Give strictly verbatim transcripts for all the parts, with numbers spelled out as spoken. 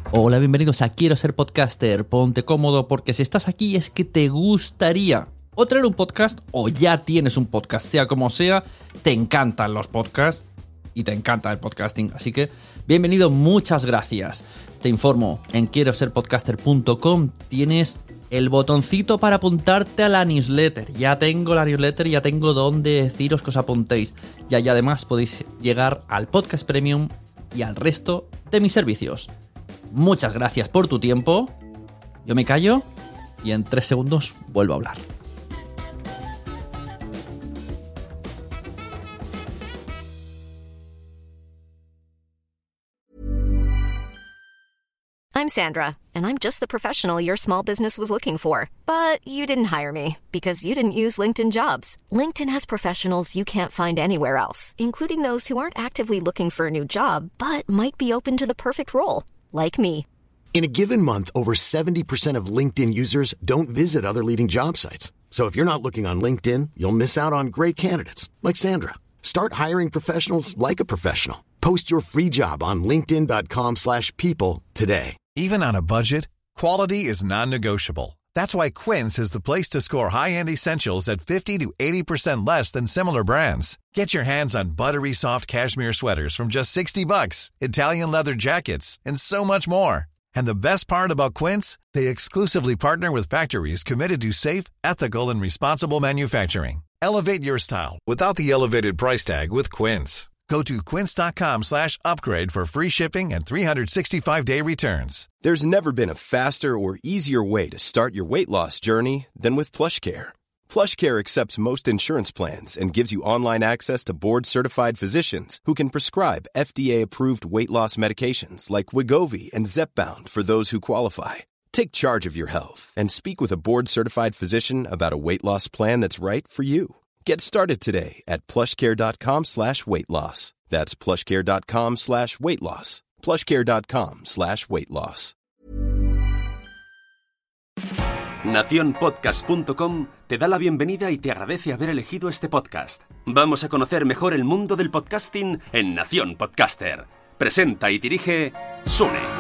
Hola, bienvenidos a Quiero Ser Podcaster. Ponte cómodo porque si estás aquí es que te gustaría o traer un podcast o ya tienes un podcast, sea como sea, te encantan los podcasts y te encanta el podcasting. Así que bienvenido, muchas gracias. Te informo, en quiero ser podcaster punto com tienes el botoncito para apuntarte a la newsletter. Ya tengo la newsletter, ya tengo donde deciros que os apuntéis. Ya y además podéis llegar al podcast premium y al resto de mis servicios. Muchas gracias por tu tiempo. Yo me callo y en tres segundos vuelvo a hablar. I'm Sandra, and I'm just the professional your small business was looking for. But you didn't hire me because you didn't use LinkedIn Jobs. LinkedIn has professionals you can't find anywhere else, including those who aren't actively looking for a new job, but might be open to the perfect role, like me. In a given month, over seventy percent of LinkedIn users don't visit other leading job sites. So if you're not looking on LinkedIn, you'll miss out on great candidates like Sandra. Start hiring professionals like a professional. Post your free job on linkedin dot com slash people today. Even on a budget, quality is non-negotiable. That's why Quince is the place to score high-end essentials at fifty to eighty percent less than similar brands. Get your hands on buttery soft cashmere sweaters from just sixty bucks, Italian leather jackets, and so much more. And the best part about Quince, they exclusively partner with factories committed to safe, ethical, and responsible manufacturing. Elevate your style without the elevated price tag with Quince. Go to quince dot com slash upgrade for free shipping and three sixty-five day returns. There's never been a faster or easier way to start your weight loss journey than with PlushCare. PlushCare accepts most insurance plans and gives you online access to board-certified physicians who can prescribe F D A-approved weight loss medications like Wegovy and Zepbound for those who qualify. Take charge of your health and speak with a board-certified physician about a weight loss plan that's right for you. Get started today at plushcare.com slash weight loss. That's plushcare.com slash weight loss. plushcare.com slash weight loss. Nación Podcast punto com te da la bienvenida y te agradece haber elegido este podcast. Vamos a conocer mejor el mundo del podcasting en Nación Podcaster. Presenta y dirige Sune.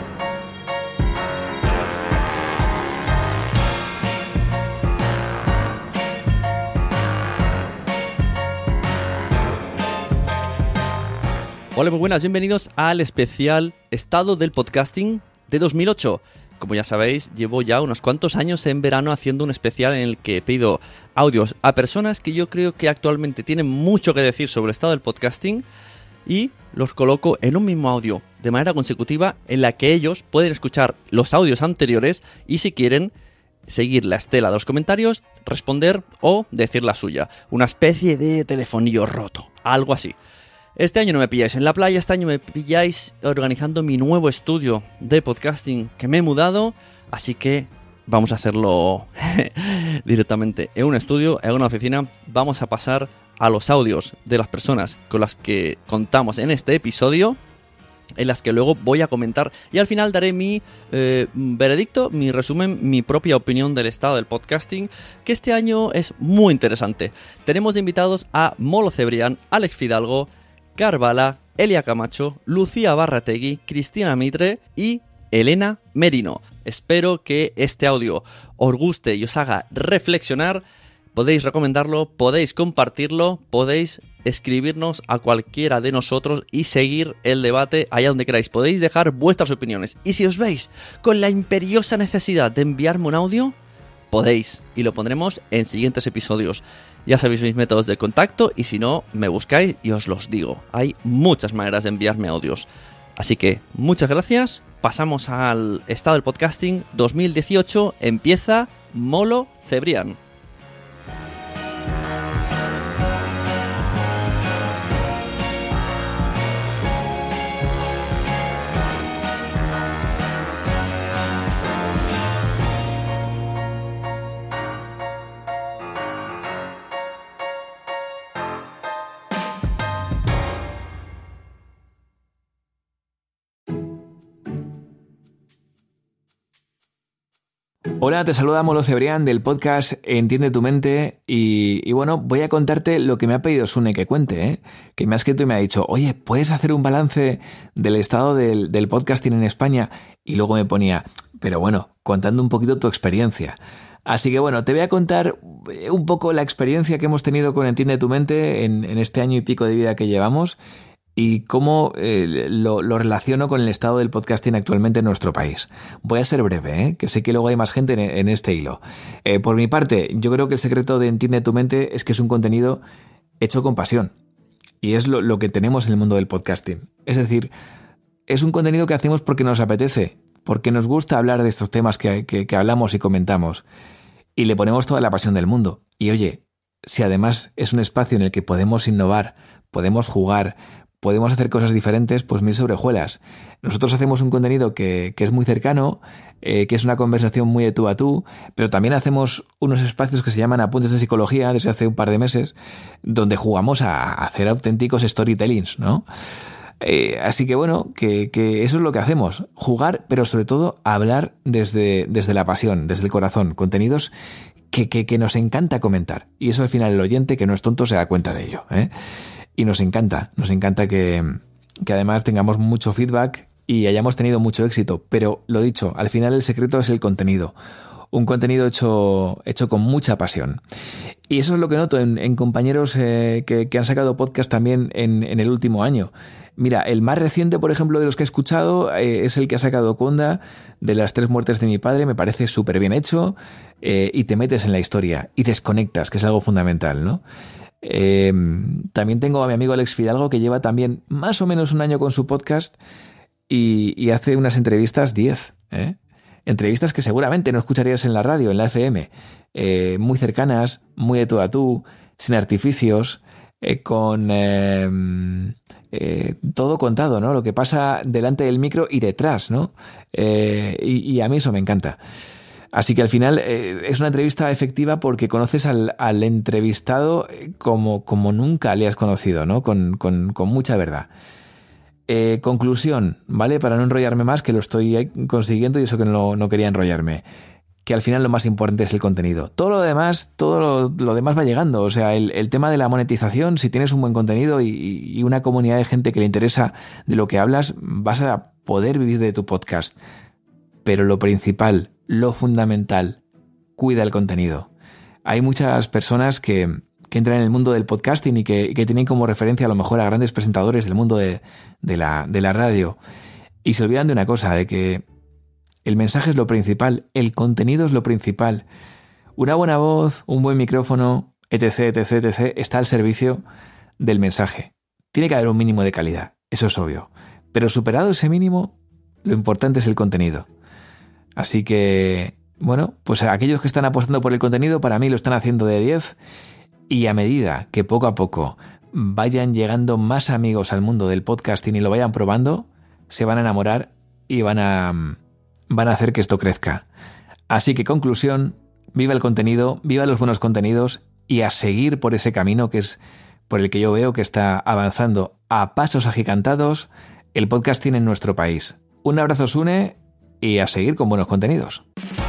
Hola, muy buenas, bienvenidos al especial Estado del Podcasting de dos mil ocho. Como ya sabéis, llevo ya unos cuantos años en verano haciendo un especial en el que pido audios a personas que yo creo que actualmente tienen mucho que decir sobre el estado del podcasting y los coloco en un mismo audio de manera consecutiva en la que ellos pueden escuchar los audios anteriores y si quieren seguir la estela de los comentarios, responder o decir la suya. Una especie de telefonillo roto, algo así. Este año no me pilláis en la playa, este año me pilláis organizando mi nuevo estudio de podcasting que me he mudado, así que vamos a hacerlo directamente en un estudio, en una oficina. Vamos a pasar a los audios de las personas con las que contamos en este episodio, en las que luego voy a comentar y al final daré mi eh, veredicto, mi resumen, mi propia opinión del estado del podcasting, que este año es muy interesante. Tenemos invitados a Molo Cebrián, Alex Fidalgo, Carvala, Elia Camacho, Lucía Barrategui, Cristina Mitre y Elena Merino. Espero que este audio os guste y os haga reflexionar. Podéis recomendarlo, podéis compartirlo, podéis escribirnos a cualquiera de nosotros y seguir el debate allá donde queráis. Podéis dejar vuestras opiniones. Y si os veis con la imperiosa necesidad de enviarme un audio, podéis y lo pondremos en siguientes episodios. Ya sabéis mis métodos de contacto y si no, me buscáis y os los digo. Hay muchas maneras de enviarme audios. Así que, muchas gracias. Pasamos al estado del podcasting dos mil dieciocho. Empieza Molo Cebrián. Hola, te saluda Molo Cebrián del podcast Entiende tu mente y, y bueno, voy a contarte lo que me ha pedido Sune que cuente, ¿eh? Que me ha escrito y me ha dicho, oye, ¿puedes hacer un balance del estado del, del podcasting en España? Y luego me ponía, pero bueno, contando un poquito tu experiencia. Así que bueno, te voy a contar un poco la experiencia que hemos tenido con Entiende tu mente en, en este año y pico de vida que llevamos y cómo eh, lo, lo relaciono con el estado del podcasting actualmente en nuestro país. Voy a ser breve, ¿eh? Que sé que luego hay más gente en, en este hilo. Eh, por mi parte, yo creo que el secreto de Entiende tu mente es que es un contenido hecho con pasión. Y es lo, lo que tenemos en el mundo del podcasting. Es decir, es un contenido que hacemos porque nos apetece, porque nos gusta hablar de estos temas que, que, que hablamos y comentamos. Y le ponemos toda la pasión del mundo. Y oye, si además es un espacio en el que podemos innovar, podemos jugar, podemos hacer cosas diferentes, pues mil sobrejuelas. Nosotros hacemos un contenido que, que es muy cercano, eh, que es una conversación muy de tú a tú, pero también hacemos unos espacios que se llaman Apuntes de Psicología desde hace un par de meses, donde jugamos a hacer auténticos storytellings, ¿no? Eh, así que bueno, que, que eso es lo que hacemos, jugar, pero sobre todo hablar desde, desde la pasión, desde el corazón, contenidos que, que, que nos encanta comentar. Y eso al final el oyente, que no es tonto, se da cuenta de ello, ¿eh? Y nos encanta, nos encanta que, que además tengamos mucho feedback y hayamos tenido mucho éxito. Pero lo dicho, al final el secreto es el contenido. Un contenido hecho, hecho con mucha pasión. Y eso es lo que noto en, en compañeros eh, que, que han sacado podcast también en, en el último año. Mira, el más reciente, por ejemplo, de los que he escuchado eh, es el que ha sacado Conda, de las tres muertes de mi padre. Me parece súper bien hecho eh, y te metes en la historia y desconectas, que es algo fundamental, ¿no? Eh, también tengo a mi amigo Alex Fidalgo, que lleva también más o menos un año con su podcast y, y hace unas entrevistas diez, ¿eh? Entrevistas que seguramente no escucharías en la radio, en la F M, eh, muy cercanas, muy de tú a tú, sin artificios, eh, con eh, eh, todo contado, ¿no? Lo que pasa delante del micro y detrás, ¿no? Eh, y, y a mí eso me encanta. Así que al final eh, es una entrevista efectiva porque conoces al, al entrevistado como, como nunca le has conocido, ¿no? Con, con, con mucha verdad. Eh, conclusión, ¿vale? Para no enrollarme más, que lo estoy consiguiendo y eso que no, no quería enrollarme. Que al final lo más importante es el contenido. Todo lo demás, todo lo, lo demás va llegando. O sea, el, el tema de la monetización, si tienes un buen contenido y, y una comunidad de gente que le interesa de lo que hablas, vas a poder vivir de tu podcast. Pero lo principal, lo fundamental, cuida el contenido. Hay muchas personas que, que entran en el mundo del podcasting y que, que tienen como referencia a lo mejor a grandes presentadores del mundo de, de, la, de la radio y se olvidan de una cosa, de que el mensaje es lo principal, el contenido es lo principal. Una buena voz, un buen micrófono, etc, etc, etc, está al servicio del mensaje. Tiene que haber un mínimo de calidad, eso es obvio. Pero superado ese mínimo, lo importante es el contenido. Así que, bueno, pues aquellos que están apostando por el contenido, para mí lo están haciendo de diez. Y a medida que poco a poco vayan llegando más amigos al mundo del podcasting y lo vayan probando, se van a enamorar y van a, van a hacer que esto crezca. Así que conclusión, viva el contenido, viva los buenos contenidos y a seguir por ese camino que es por el que yo veo que está avanzando a pasos agigantados el podcasting en nuestro país. Un abrazo, Sune, y a seguir con buenos contenidos.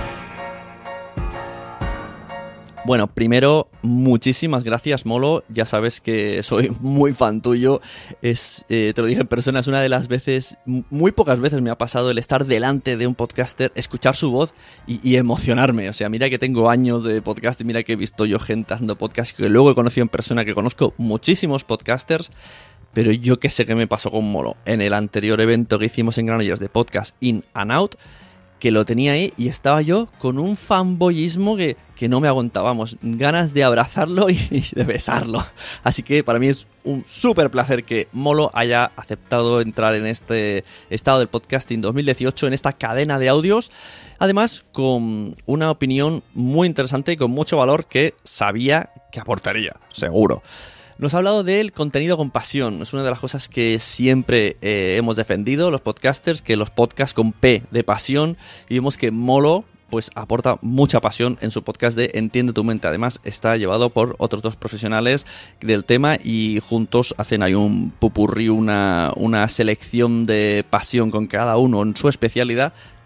Bueno, primero, muchísimas gracias, Molo. Ya sabes que soy muy fan tuyo. Es, eh, te lo dije en persona, es una de las veces, muy pocas veces me ha pasado el estar delante de un podcaster, escuchar su voz y, y emocionarme. O sea, mira que tengo años de podcast y mira que he visto yo gente haciendo podcast que luego he conocido en persona, que conozco muchísimos podcasters. Pero yo qué sé qué me pasó con Molo en el anterior evento que hicimos en Granollers de Podcast In and Out, que lo tenía ahí y estaba yo con un fanboyismo que, que no me aguantábamos, ganas de abrazarlo y de besarlo. Así que para mí es un súper placer que Molo haya aceptado entrar en este estado del podcasting dos mil dieciocho, en esta cadena de audios, además con una opinión muy interesante y con mucho valor que sabía que aportaría, seguro. Nos ha hablado del contenido con pasión. Es una de las cosas que siempre eh, hemos defendido los podcasters, que los podcasts con P de pasión, y vemos que Molo pues aporta mucha pasión en su podcast de Entiende tu mente. Además está llevado por otros dos profesionales del tema y juntos hacen ahí un pupurrí, una, una selección de pasión con cada uno en su especialidad,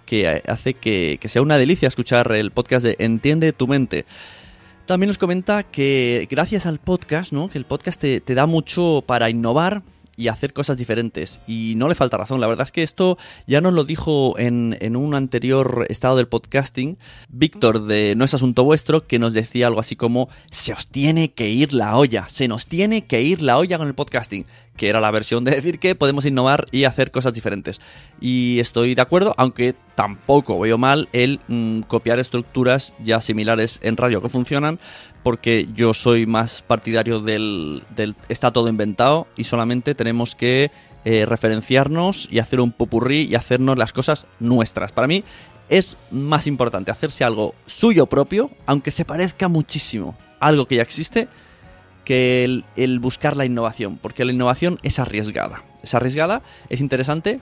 que hace que, que sea una delicia escuchar el podcast de Entiende tu mente. También nos comenta que gracias al podcast, ¿no? Que el podcast te, te da mucho para innovar y hacer cosas diferentes. Y no le falta razón. La verdad es que esto ya nos lo dijo en, en un anterior estado del podcasting Víctor de No es Asunto Vuestro, que nos decía algo así como: se os tiene que ir la olla, se nos tiene que ir la olla con el podcasting, que era la versión de decir que podemos innovar y hacer cosas diferentes. Y estoy de acuerdo, aunque tampoco veo mal el mmm, copiar estructuras ya similares en radio que funcionan, porque yo soy más partidario del, del está todo inventado y solamente tenemos que eh, referenciarnos y hacer un popurrí y hacernos las cosas nuestras. Para mí es más importante hacerse algo suyo propio, aunque se parezca muchísimo a algo que ya existe, que el, el buscar la innovación, porque la innovación es arriesgada. Es arriesgada, es interesante.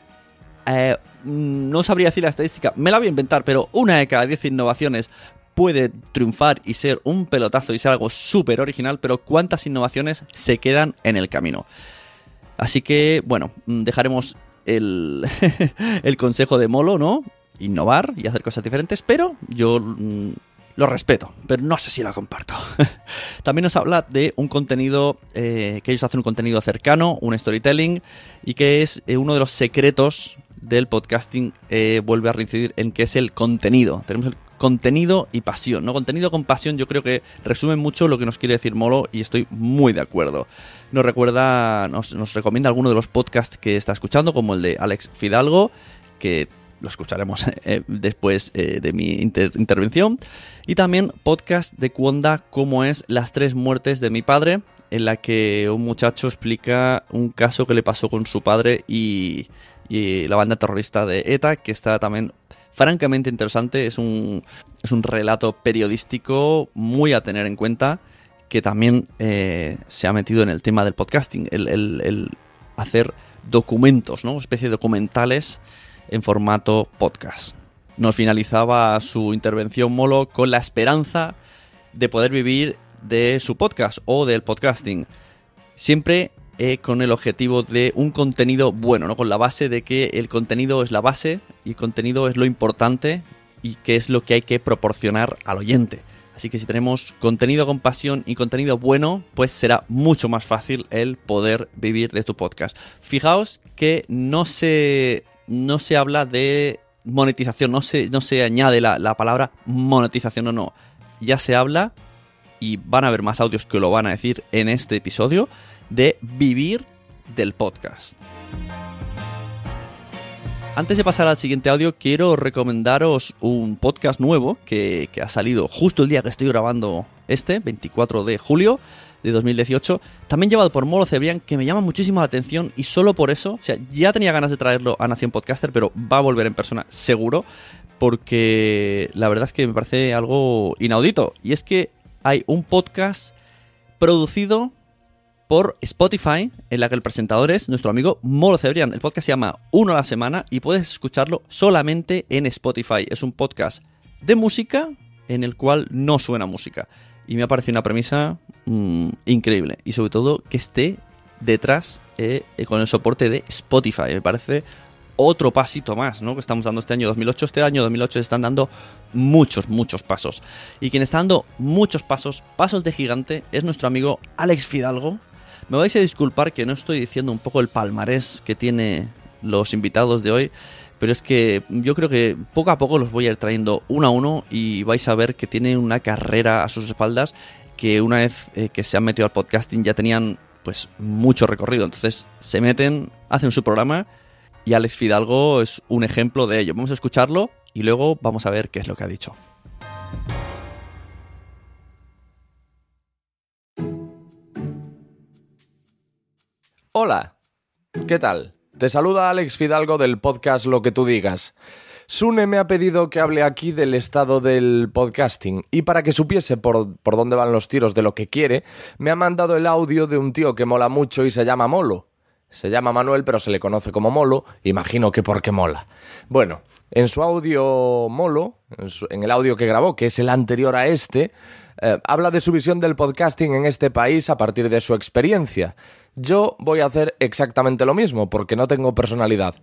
Eh, no sabría decir la estadística, me la voy a inventar, pero una de cada diez innovaciones puede triunfar y ser un pelotazo y ser algo súper original, pero ¿cuántas innovaciones se quedan en el camino? Así que, bueno, dejaremos el, el consejo de Molo, ¿no? Innovar y hacer cosas diferentes, pero yo mmm, lo respeto, pero no sé si lo comparto. También nos habla de un contenido, eh, que ellos hacen un contenido cercano, un storytelling, y que es eh, uno de los secretos del podcasting, eh, vuelve a reincidir en que es el contenido. Tenemos el contenido y pasión, ¿no? Contenido con pasión, yo creo que resume mucho lo que nos quiere decir Molo y estoy muy de acuerdo. Nos recuerda, nos, nos recomienda alguno de los podcasts que está escuchando, como el de Alex Fidalgo, que lo escucharemos eh, después eh, de mi inter- intervención. Y también podcast de Cuonda, como es Las tres muertes de mi padre, en la que un muchacho explica un caso que le pasó con su padre y, y la banda terrorista de ETA, que está también francamente interesante. Es un, es un relato periodístico muy a tener en cuenta, que también eh, se ha metido en el tema del podcasting, el, el, el hacer documentos, ¿no? Una especie de documentales en formato podcast. Nos finalizaba su intervención Molo con la esperanza de poder vivir de su podcast o del podcasting, siempre eh, con el objetivo de un contenido bueno, ¿no? Con la base de que el contenido es la base y el contenido es lo importante y que es lo que hay que proporcionar al oyente. Así que si tenemos contenido con pasión y contenido bueno, pues será mucho más fácil el poder vivir de tu podcast. Fijaos que no se, no se habla de monetización, no se, no se añade la, la palabra monetización o no. Ya se habla, y van a haber más audios que lo van a decir en este episodio, de vivir del podcast. Antes de pasar al siguiente audio, quiero recomendaros un podcast nuevo que, que ha salido justo el día que estoy grabando este, veinticuatro de julio de dos mil dieciocho, también llevado por Molo Cebrián, que me llama muchísimo la atención, y solo por eso, o sea, ya tenía ganas de traerlo a Nación Podcaster, pero va a volver en persona seguro, porque la verdad es que me parece algo inaudito, y es que hay un podcast producido por Spotify, en la que el presentador es nuestro amigo Molo Cebrián. El podcast se llama Uno a la Semana y puedes escucharlo solamente en Spotify. Es un podcast de música en el cual no suena música. Y me ha parecido una premisa mmm, increíble. Y sobre todo que esté detrás eh, con el soporte de Spotify. Me parece otro pasito más, ¿no? Que estamos dando este año dos mil ocho. Este año dos mil ocho se están dando muchos, muchos pasos. Y quien está dando muchos pasos, pasos de gigante, es nuestro amigo Alex Fidalgo. Me vais a disculpar que no estoy diciendo un poco el palmarés que tiene los invitados de hoy, pero es que yo creo que poco a poco los voy a ir trayendo uno a uno y vais a ver que tienen una carrera a sus espaldas que una vez eh, que se han metido al podcasting ya tenían pues mucho recorrido. Entonces se meten, hacen su programa y Alex Fidalgo es un ejemplo de ello. Vamos a escucharlo y luego vamos a ver qué es lo que ha dicho. Hola, ¿qué tal? Te saluda Alex Fidalgo del podcast Lo que tú digas. Sune me ha pedido que hable aquí del estado del podcasting y para que supiese por, por dónde van los tiros de lo que quiere, me ha mandado el audio de un tío que mola mucho y se llama Molo. Se llama Manuel, pero se le conoce como Molo, imagino que porque mola. Bueno, en su audio Molo, en, su, en el audio que grabó, que es el anterior a este, eh, habla de su visión del podcasting en este país a partir de su experiencia. Yo voy a hacer exactamente lo mismo, porque no tengo personalidad.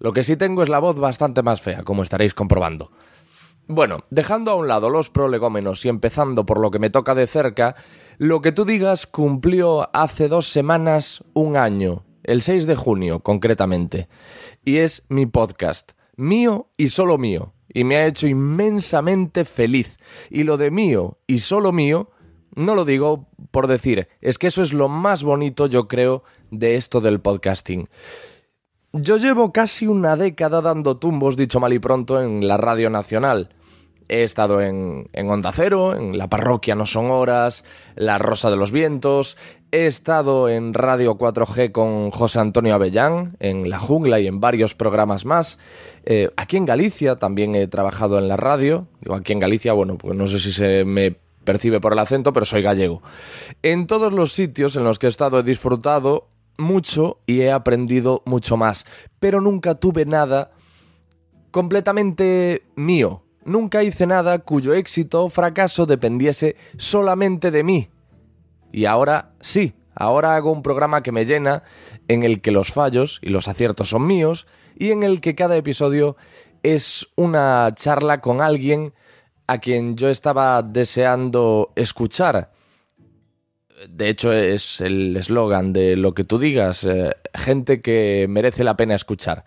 Lo que sí tengo es la voz bastante más fea, como estaréis comprobando. Bueno, dejando a un lado los prolegómenos y empezando por lo que me toca de cerca, Lo que tú digas cumplió hace dos semanas un año, el seis de junio concretamente, y es mi podcast, mío y solo mío, y me ha hecho inmensamente feliz. Y lo de mío y solo mío no lo digo por decir, es que eso es lo más bonito, yo creo, de esto del podcasting. Yo llevo casi una década dando tumbos, dicho mal y pronto, en la radio nacional. He estado en, en Onda Cero, en La Parroquia No Son Horas, La Rosa de los Vientos. He estado en Radio cuatro G con José Antonio Avellán, en La Jungla y en varios programas más. Eh, aquí en Galicia también he trabajado en la radio. Digo, aquí en Galicia, bueno, pues no sé si se me percibe por el acento, pero soy gallego. En todos los sitios en los que he estado he disfrutado mucho y he aprendido mucho más. Pero nunca tuve nada completamente mío. Nunca hice nada cuyo éxito o fracaso dependiese solamente de mí. Y ahora sí, ahora hago un programa que me llena, en el que los fallos y los aciertos son míos, y en el que cada episodio es una charla con alguien a quien yo estaba deseando escuchar. De hecho, es el eslogan de Lo que tú digas, eh, gente que merece la pena escuchar.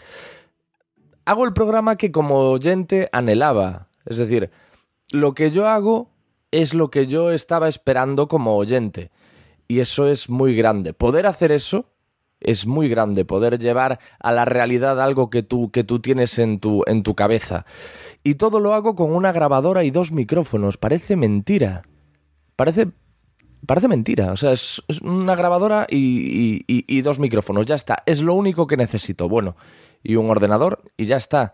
Hago el programa que como oyente anhelaba. Es decir, lo que yo hago es lo que yo estaba esperando como oyente. Y eso es muy grande. Poder hacer eso es muy grande. Poder llevar a la realidad algo que tú, que tú tienes en tu, en tu cabeza. Y todo lo hago con una grabadora y dos micrófonos. Parece mentira. Parece... Parece mentira, o sea, es, es una grabadora y, y, y, y dos micrófonos, ya está, es lo único que necesito, bueno, y un ordenador y ya está.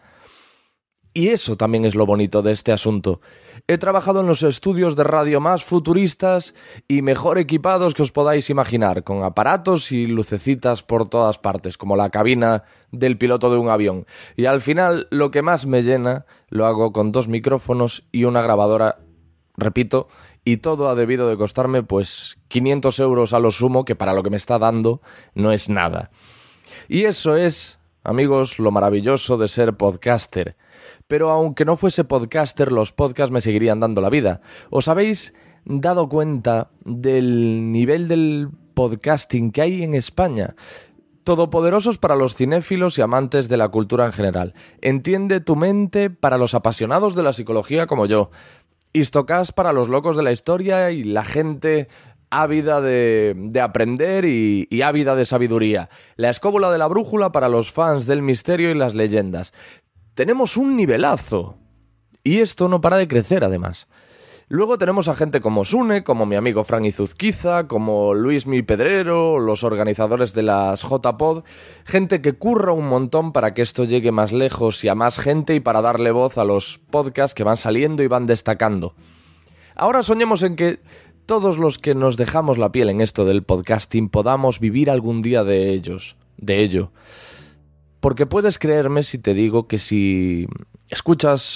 Y eso también es lo bonito de este asunto. He trabajado en los estudios de radio más futuristas y mejor equipados que os podáis imaginar, con aparatos y lucecitas por todas partes, como la cabina del piloto de un avión. Y al final, lo que más me llena, lo hago con dos micrófonos y una grabadora, repito, y todo ha debido de costarme pues quinientos euros a lo sumo, que para lo que me está dando no es nada. Y eso es, amigos, lo maravilloso de ser podcaster. Pero aunque no fuese podcaster, los podcasts me seguirían dando la vida. ¿Os habéis dado cuenta del nivel del podcasting que hay en España? Todopoderosos para los cinéfilos y amantes de la cultura en general. Entiende tu mente para los apasionados de la psicología como yo. Histocast para los locos de la historia y la gente ávida de, de aprender y, y ávida de sabiduría. La escóbula de la brújula para los fans del misterio y las leyendas. Tenemos un nivelazo. Y esto no para de crecer, además. Luego tenemos a gente como Sune, como mi amigo Fran Izuzquiza, como Luismi Pedrero, los organizadores de las J-Pod, gente que curra un montón para que esto llegue más lejos y a más gente y para darle voz a los podcasts que van saliendo y van destacando. Ahora soñemos en que todos los que nos dejamos la piel en esto del podcasting podamos vivir algún día de ellos, de ello. Porque puedes creerme si te digo que si escuchas...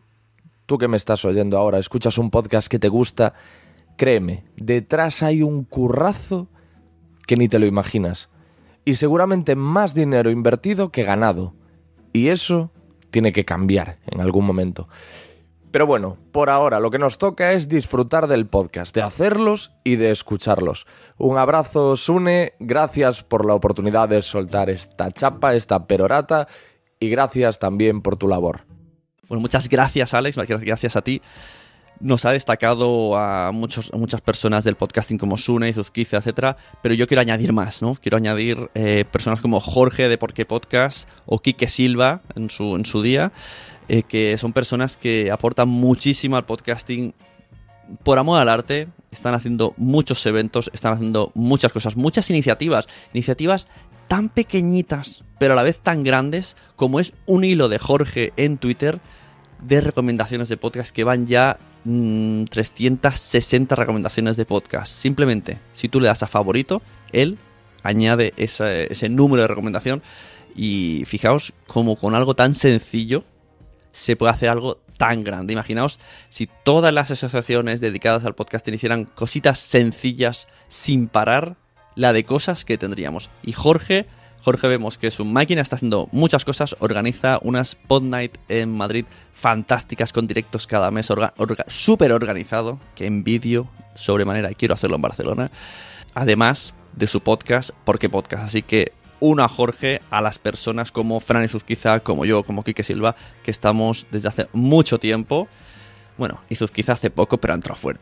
Tú que me estás oyendo ahora, escuchas un podcast que te gusta, créeme, detrás hay un currazo que ni te lo imaginas. Y seguramente más dinero invertido que ganado. Y eso tiene que cambiar en algún momento. Pero bueno, por ahora lo que nos toca es disfrutar del podcast, de hacerlos y de escucharlos. Un abrazo, Sune, gracias por la oportunidad de soltar esta chapa, esta perorata, y gracias también por tu labor. Bueno, muchas gracias, Alex, gracias a ti. Nos ha destacado a, muchos, a muchas personas del podcasting como Sune, Izuzquiza, etcétera, pero yo quiero añadir más, ¿no? Quiero añadir eh, personas como Jorge de Por qué Podcast o Quique Silva en su, en su día, eh, que son personas que aportan muchísimo al podcasting por amor al arte. Están haciendo muchos eventos, están haciendo muchas cosas, muchas iniciativas, iniciativas tan pequeñitas, pero a la vez tan grandes, como es un hilo de Jorge en Twitter de recomendaciones de podcast que van ya mmm, trescientas sesenta recomendaciones de podcast. Simplemente, si tú le das a favorito, él añade ese, ese número de recomendación y fijaos cómo con algo tan sencillo se puede hacer algo tan grande. Imaginaos si todas las asociaciones dedicadas al podcasting hicieran cositas sencillas sin parar, la de cosas que tendríamos. Y Jorge Jorge vemos que es un máquina, está haciendo muchas cosas, organiza unas Pod Night en Madrid fantásticas con directos cada mes, orga, orga, súper organizado, que envidio sobremanera y quiero hacerlo en Barcelona. Además de su podcast, ¿por qué podcast? Así que uno a Jorge, a las personas como Fran Izuzquiza, como yo, como Quique Silva, que estamos desde hace mucho tiempo, bueno, Izuzquiza hace poco, pero ha entrado fuerte,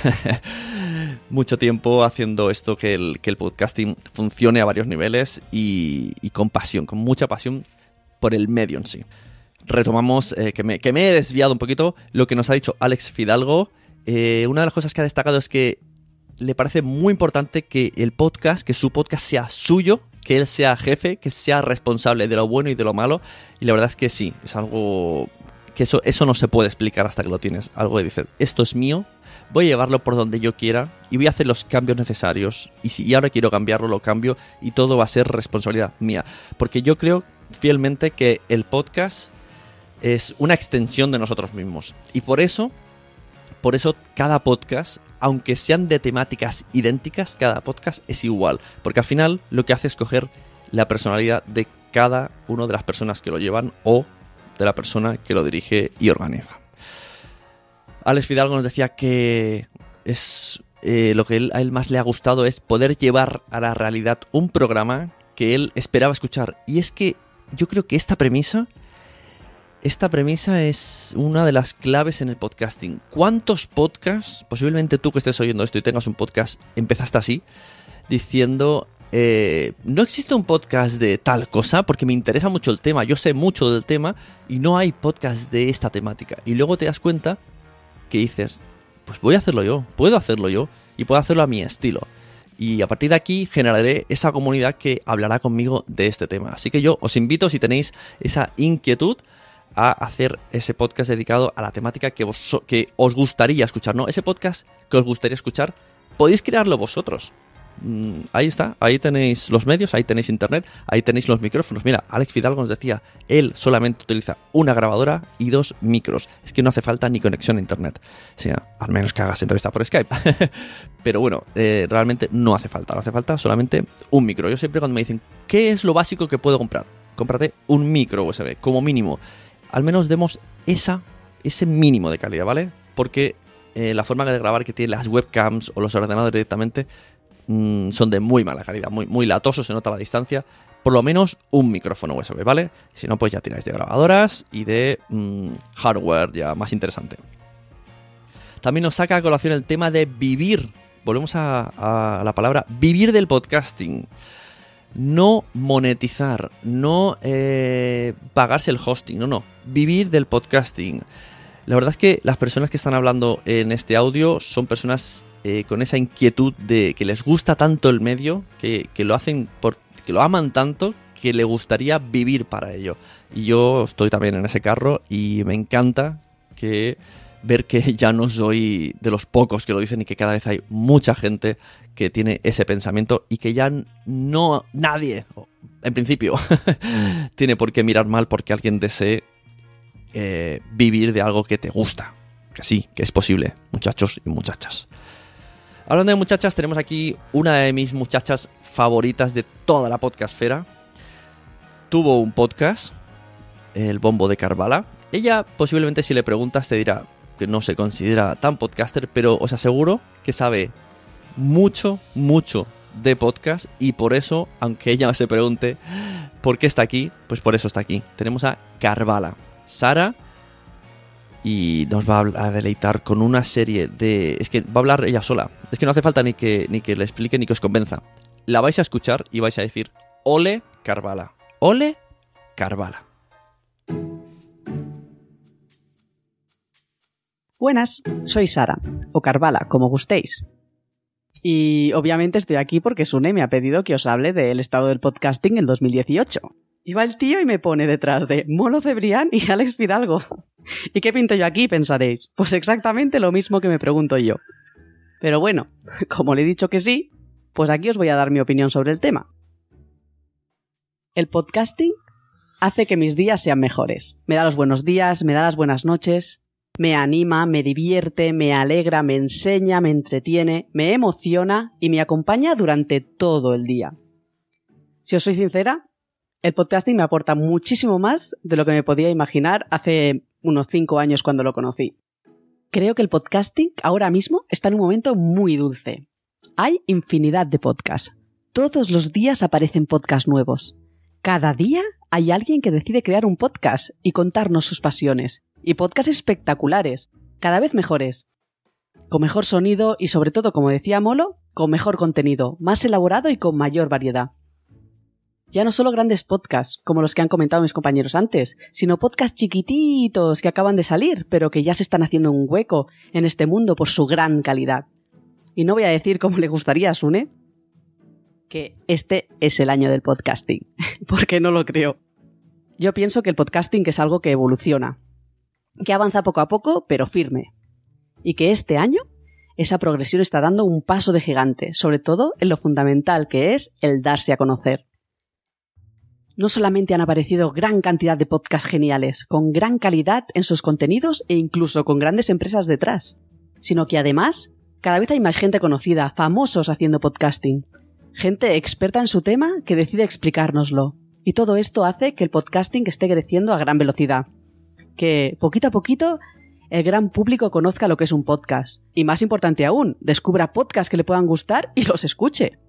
mucho tiempo haciendo esto que el, que el podcasting funcione a varios niveles y, y con pasión, con mucha pasión por el medio en sí. Retomamos, eh, que, me, que me he desviado un poquito, lo que nos ha dicho Alex Fidalgo. Eh, una de las cosas que ha destacado es que le parece muy importante que el podcast, que su podcast sea suyo, que él sea jefe, que sea responsable de lo bueno y de lo malo. Y la verdad es que sí, es algo que eso, eso no se puede explicar hasta que lo tienes. Algo de decir, esto es mío, voy a llevarlo por donde yo quiera y voy a hacer los cambios necesarios. Y si y ahora quiero cambiarlo, lo cambio y todo va a ser responsabilidad mía. Porque yo creo fielmente que el podcast es una extensión de nosotros mismos. Y por eso, por eso cada podcast, aunque sean de temáticas idénticas, cada podcast es igual. Porque al final lo que hace es coger la personalidad de cada una de las personas que lo llevan o de la persona que lo dirige y organiza. Alex Fidalgo nos decía que es eh, lo que él, a él más le ha gustado es poder llevar a la realidad un programa que él esperaba escuchar. Y es que yo creo que esta premisa... Esta premisa es una de las claves en el podcasting. ¿Cuántos podcasts, posiblemente tú que estés oyendo esto y tengas un podcast, empezaste así, diciendo, eh, no existe un podcast de tal cosa porque me interesa mucho el tema, yo sé mucho del tema y no hay podcast de esta temática? Y luego te das cuenta que dices, pues voy a hacerlo yo, puedo hacerlo yo y puedo hacerlo a mi estilo. Y a partir de aquí generaré esa comunidad que hablará conmigo de este tema. Así que yo os invito, si tenéis esa inquietud, a hacer ese podcast dedicado a la temática que, vos, que os gustaría escuchar, ¿no? Ese podcast que os gustaría escuchar, podéis crearlo vosotros. Mm, ahí está, ahí tenéis los medios, ahí tenéis internet, ahí tenéis los micrófonos. Mira, Alex Fidalgo nos decía, él solamente utiliza una grabadora y dos micros. Es que no hace falta ni conexión a internet. O sea, al menos que hagas entrevista por Skype. Pero bueno, eh, realmente no hace falta, no hace falta solamente un micro. Yo siempre cuando me dicen, ¿qué es lo básico que puedo comprar? Cómprate un micro U S B, como mínimo. Al menos demos esa, ese mínimo de calidad, ¿vale? Porque eh, la forma de grabar que tienen las webcams o los ordenadores directamente mmm, son de muy mala calidad, muy, muy latosos, se nota la distancia. Por lo menos un micrófono U S B, ¿vale? Si no, pues ya tiráis de grabadoras y de mmm, hardware ya más interesante. También nos saca a colación el tema de vivir. Volvemos a, a la palabra vivir del podcasting. No monetizar, no eh, pagarse el hosting, no, no, vivir del podcasting. La verdad es que las personas que están hablando en este audio son personas eh, con esa inquietud de que les gusta tanto el medio, que, que lo hacen, por, que lo aman tanto, que le gustaría vivir para ello. Y yo estoy también en ese carro y me encanta que ver que ya no soy de los pocos que lo dicen y que cada vez hay mucha gente que tiene ese pensamiento y que ya no nadie, en principio, tiene por qué mirar mal porque alguien desee eh, vivir de algo que te gusta. Que sí, que es posible, muchachos y muchachas. Hablando de muchachas, tenemos aquí una de mis muchachas favoritas de toda la podcastfera. Tuvo un podcast, El Bombo de Carvala. Ella posiblemente si le preguntas te dirá que no se considera tan podcaster, pero os aseguro que sabe mucho, mucho de podcast y por eso, aunque ella se pregunte por qué está aquí, pues por eso está aquí. Tenemos a Carvala, Sara, y nos va a deleitar con una serie de... Es que va a hablar ella sola. Es que no hace falta ni que, ni que le explique ni que os convenza. La vais a escuchar y vais a decir, ole Carvala, ole Carvala. Buenas, soy Sara, o Carvala, como gustéis. Y obviamente estoy aquí porque Sune me ha pedido que os hable del estado del podcasting en dos mil dieciocho. Y va el tío y me pone detrás de Mono Cebrián y Alex Fidalgo. ¿Y qué pinto yo aquí, pensaréis? Pues exactamente lo mismo que me pregunto yo. Pero bueno, como le he dicho que sí, pues aquí os voy a dar mi opinión sobre el tema. El podcasting hace que mis días sean mejores. Me da los buenos días, me da las buenas noches... Me anima, me divierte, me alegra, me enseña, me entretiene, me emociona y me acompaña durante todo el día. Si os soy sincera, el podcasting me aporta muchísimo más de lo que me podía imaginar hace unos cinco años cuando lo conocí. Creo que el podcasting ahora mismo está en un momento muy dulce. Hay infinidad de podcasts. Todos los días aparecen podcasts nuevos. Cada día hay alguien que decide crear un podcast y contarnos sus pasiones. Y podcasts espectaculares, cada vez mejores. Con mejor sonido y sobre todo, como decía Molo, con mejor contenido, más elaborado y con mayor variedad. Ya no solo grandes podcasts, como los que han comentado mis compañeros antes, sino podcasts chiquititos que acaban de salir, pero que ya se están haciendo un hueco en este mundo por su gran calidad. Y no voy a decir como le gustaría a Sune, que este es el año del podcasting, porque no lo creo. Yo pienso que el podcasting es algo que evoluciona, que avanza poco a poco, pero firme. Y que este año esa progresión está dando un paso de gigante, sobre todo en lo fundamental que es el darse a conocer. No solamente han aparecido gran cantidad de podcasts geniales, con gran calidad en sus contenidos e incluso con grandes empresas detrás, sino que además cada vez hay más gente conocida, famosos haciendo podcasting, gente experta en su tema que decide explicárnoslo. Y todo esto hace que el podcasting esté creciendo a gran velocidad, que poquito a poquito el gran público conozca lo que es un podcast. Y más importante aún, descubra podcasts que le puedan gustar y los escuche.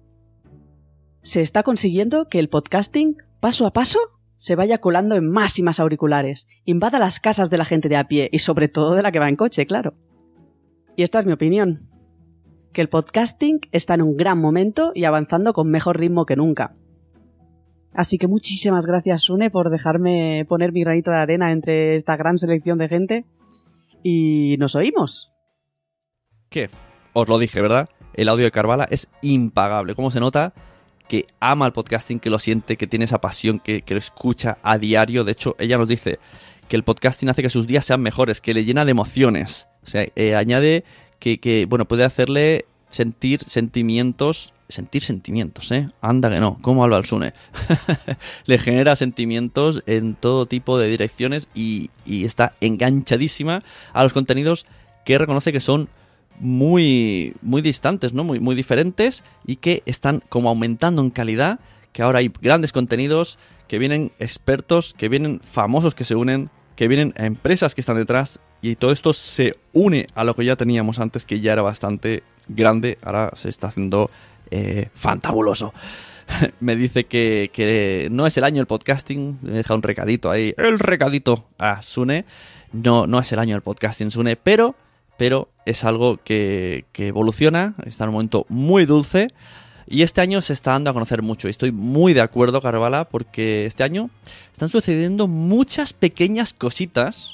Se está consiguiendo que el podcasting, paso a paso, se vaya colando en más y más auriculares, invada las casas de la gente de a pie y sobre todo de la que va en coche, claro. Y esta es mi opinión, que el podcasting está en un gran momento y avanzando con mejor ritmo que nunca. Así que muchísimas gracias, Sune, por dejarme poner mi granito de arena entre esta gran selección de gente. Y nos oímos. ¿Qué? Os lo dije, ¿verdad? El audio de Carvala es impagable. ¿Cómo se nota? Que ama el podcasting, que lo siente, que tiene esa pasión, que, que lo escucha a diario. De hecho, ella nos dice que el podcasting hace que sus días sean mejores, que le llena de emociones. O sea, eh, añade que, que, bueno, puede hacerle sentir sentimientos... Sentir sentimientos, ¿eh? Anda que no. ¿Cómo habla el Sune? Le genera sentimientos en todo tipo de direcciones y, y está enganchadísima a los contenidos que reconoce que son muy, muy distantes, ¿no? Muy, muy diferentes y que están como aumentando en calidad, que ahora hay grandes contenidos, que vienen expertos, que vienen famosos que se unen, que vienen empresas que están detrás y todo esto se une a lo que ya teníamos antes, que ya era bastante grande, ahora se está haciendo... Eh, fantabuloso. Me dice que, que no es el año del podcasting. Me deja un recadito ahí. El recadito a Sune. No, no es el año del podcasting, Sune, pero, pero es algo que, que evoluciona. Está en un momento muy dulce. Y este año se está dando a conocer mucho. Y estoy muy de acuerdo, Carvala, porque este año están sucediendo muchas pequeñas cositas.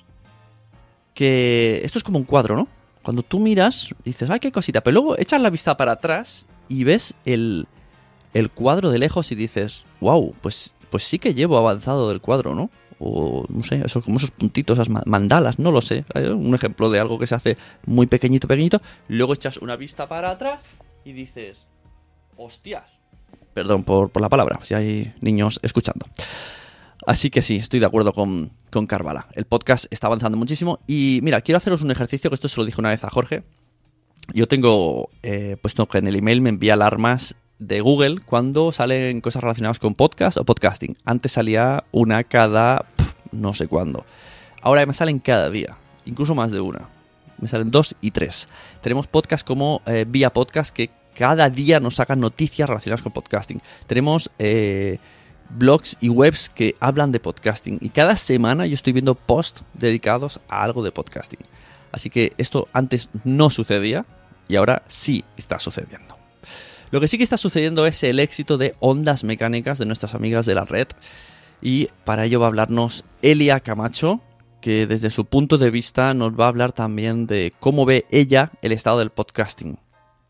Que esto es como un cuadro, ¿no? Cuando tú miras, dices, ¡ay, qué cosita! Pero luego echas la vista para atrás y ves el, el cuadro de lejos y dices, wow, pues, pues sí que llevo avanzado del cuadro, ¿no? O no sé, esos, como esos puntitos, esas mandalas, no lo sé. Hay un ejemplo de algo que se hace muy pequeñito, pequeñito. Luego echas una vista para atrás y dices, hostias. Perdón por, por la palabra, si hay niños escuchando. Así que sí, estoy de acuerdo con, con Carvala. El podcast está avanzando muchísimo. Y mira, quiero haceros un ejercicio, que esto se lo dije una vez a Jorge. Yo tengo eh, puesto que en el email me envía alarmas de Google cuando salen cosas relacionadas con podcast o podcasting. Antes salía una cada pff, no sé cuándo. Ahora me salen cada día, incluso más de una. Me salen dos y tres. Tenemos podcasts como eh, Vía Podcast, que cada día nos sacan noticias relacionadas con podcasting. Tenemos eh, blogs y webs que hablan de podcasting. Y cada semana yo estoy viendo posts dedicados a algo de podcasting. Así que esto antes no sucedía y ahora sí está sucediendo. Lo que sí que está sucediendo es el éxito de Ondas Mecánicas de nuestras amigas de la red. Y para ello va a hablarnos Elia Camacho, que desde su punto de vista nos va a hablar también de cómo ve ella el estado del podcasting.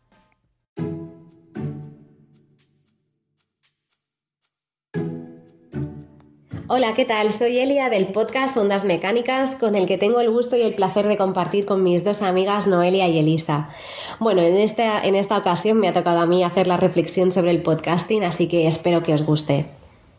Hola, ¿qué tal? Soy Elia del podcast Ondas Mecánicas, con el que tengo el gusto y el placer de compartir con mis dos amigas Noelia y Elisa. Bueno, en esta, en esta ocasión me ha tocado a mí hacer la reflexión sobre el podcasting, así que espero que os guste.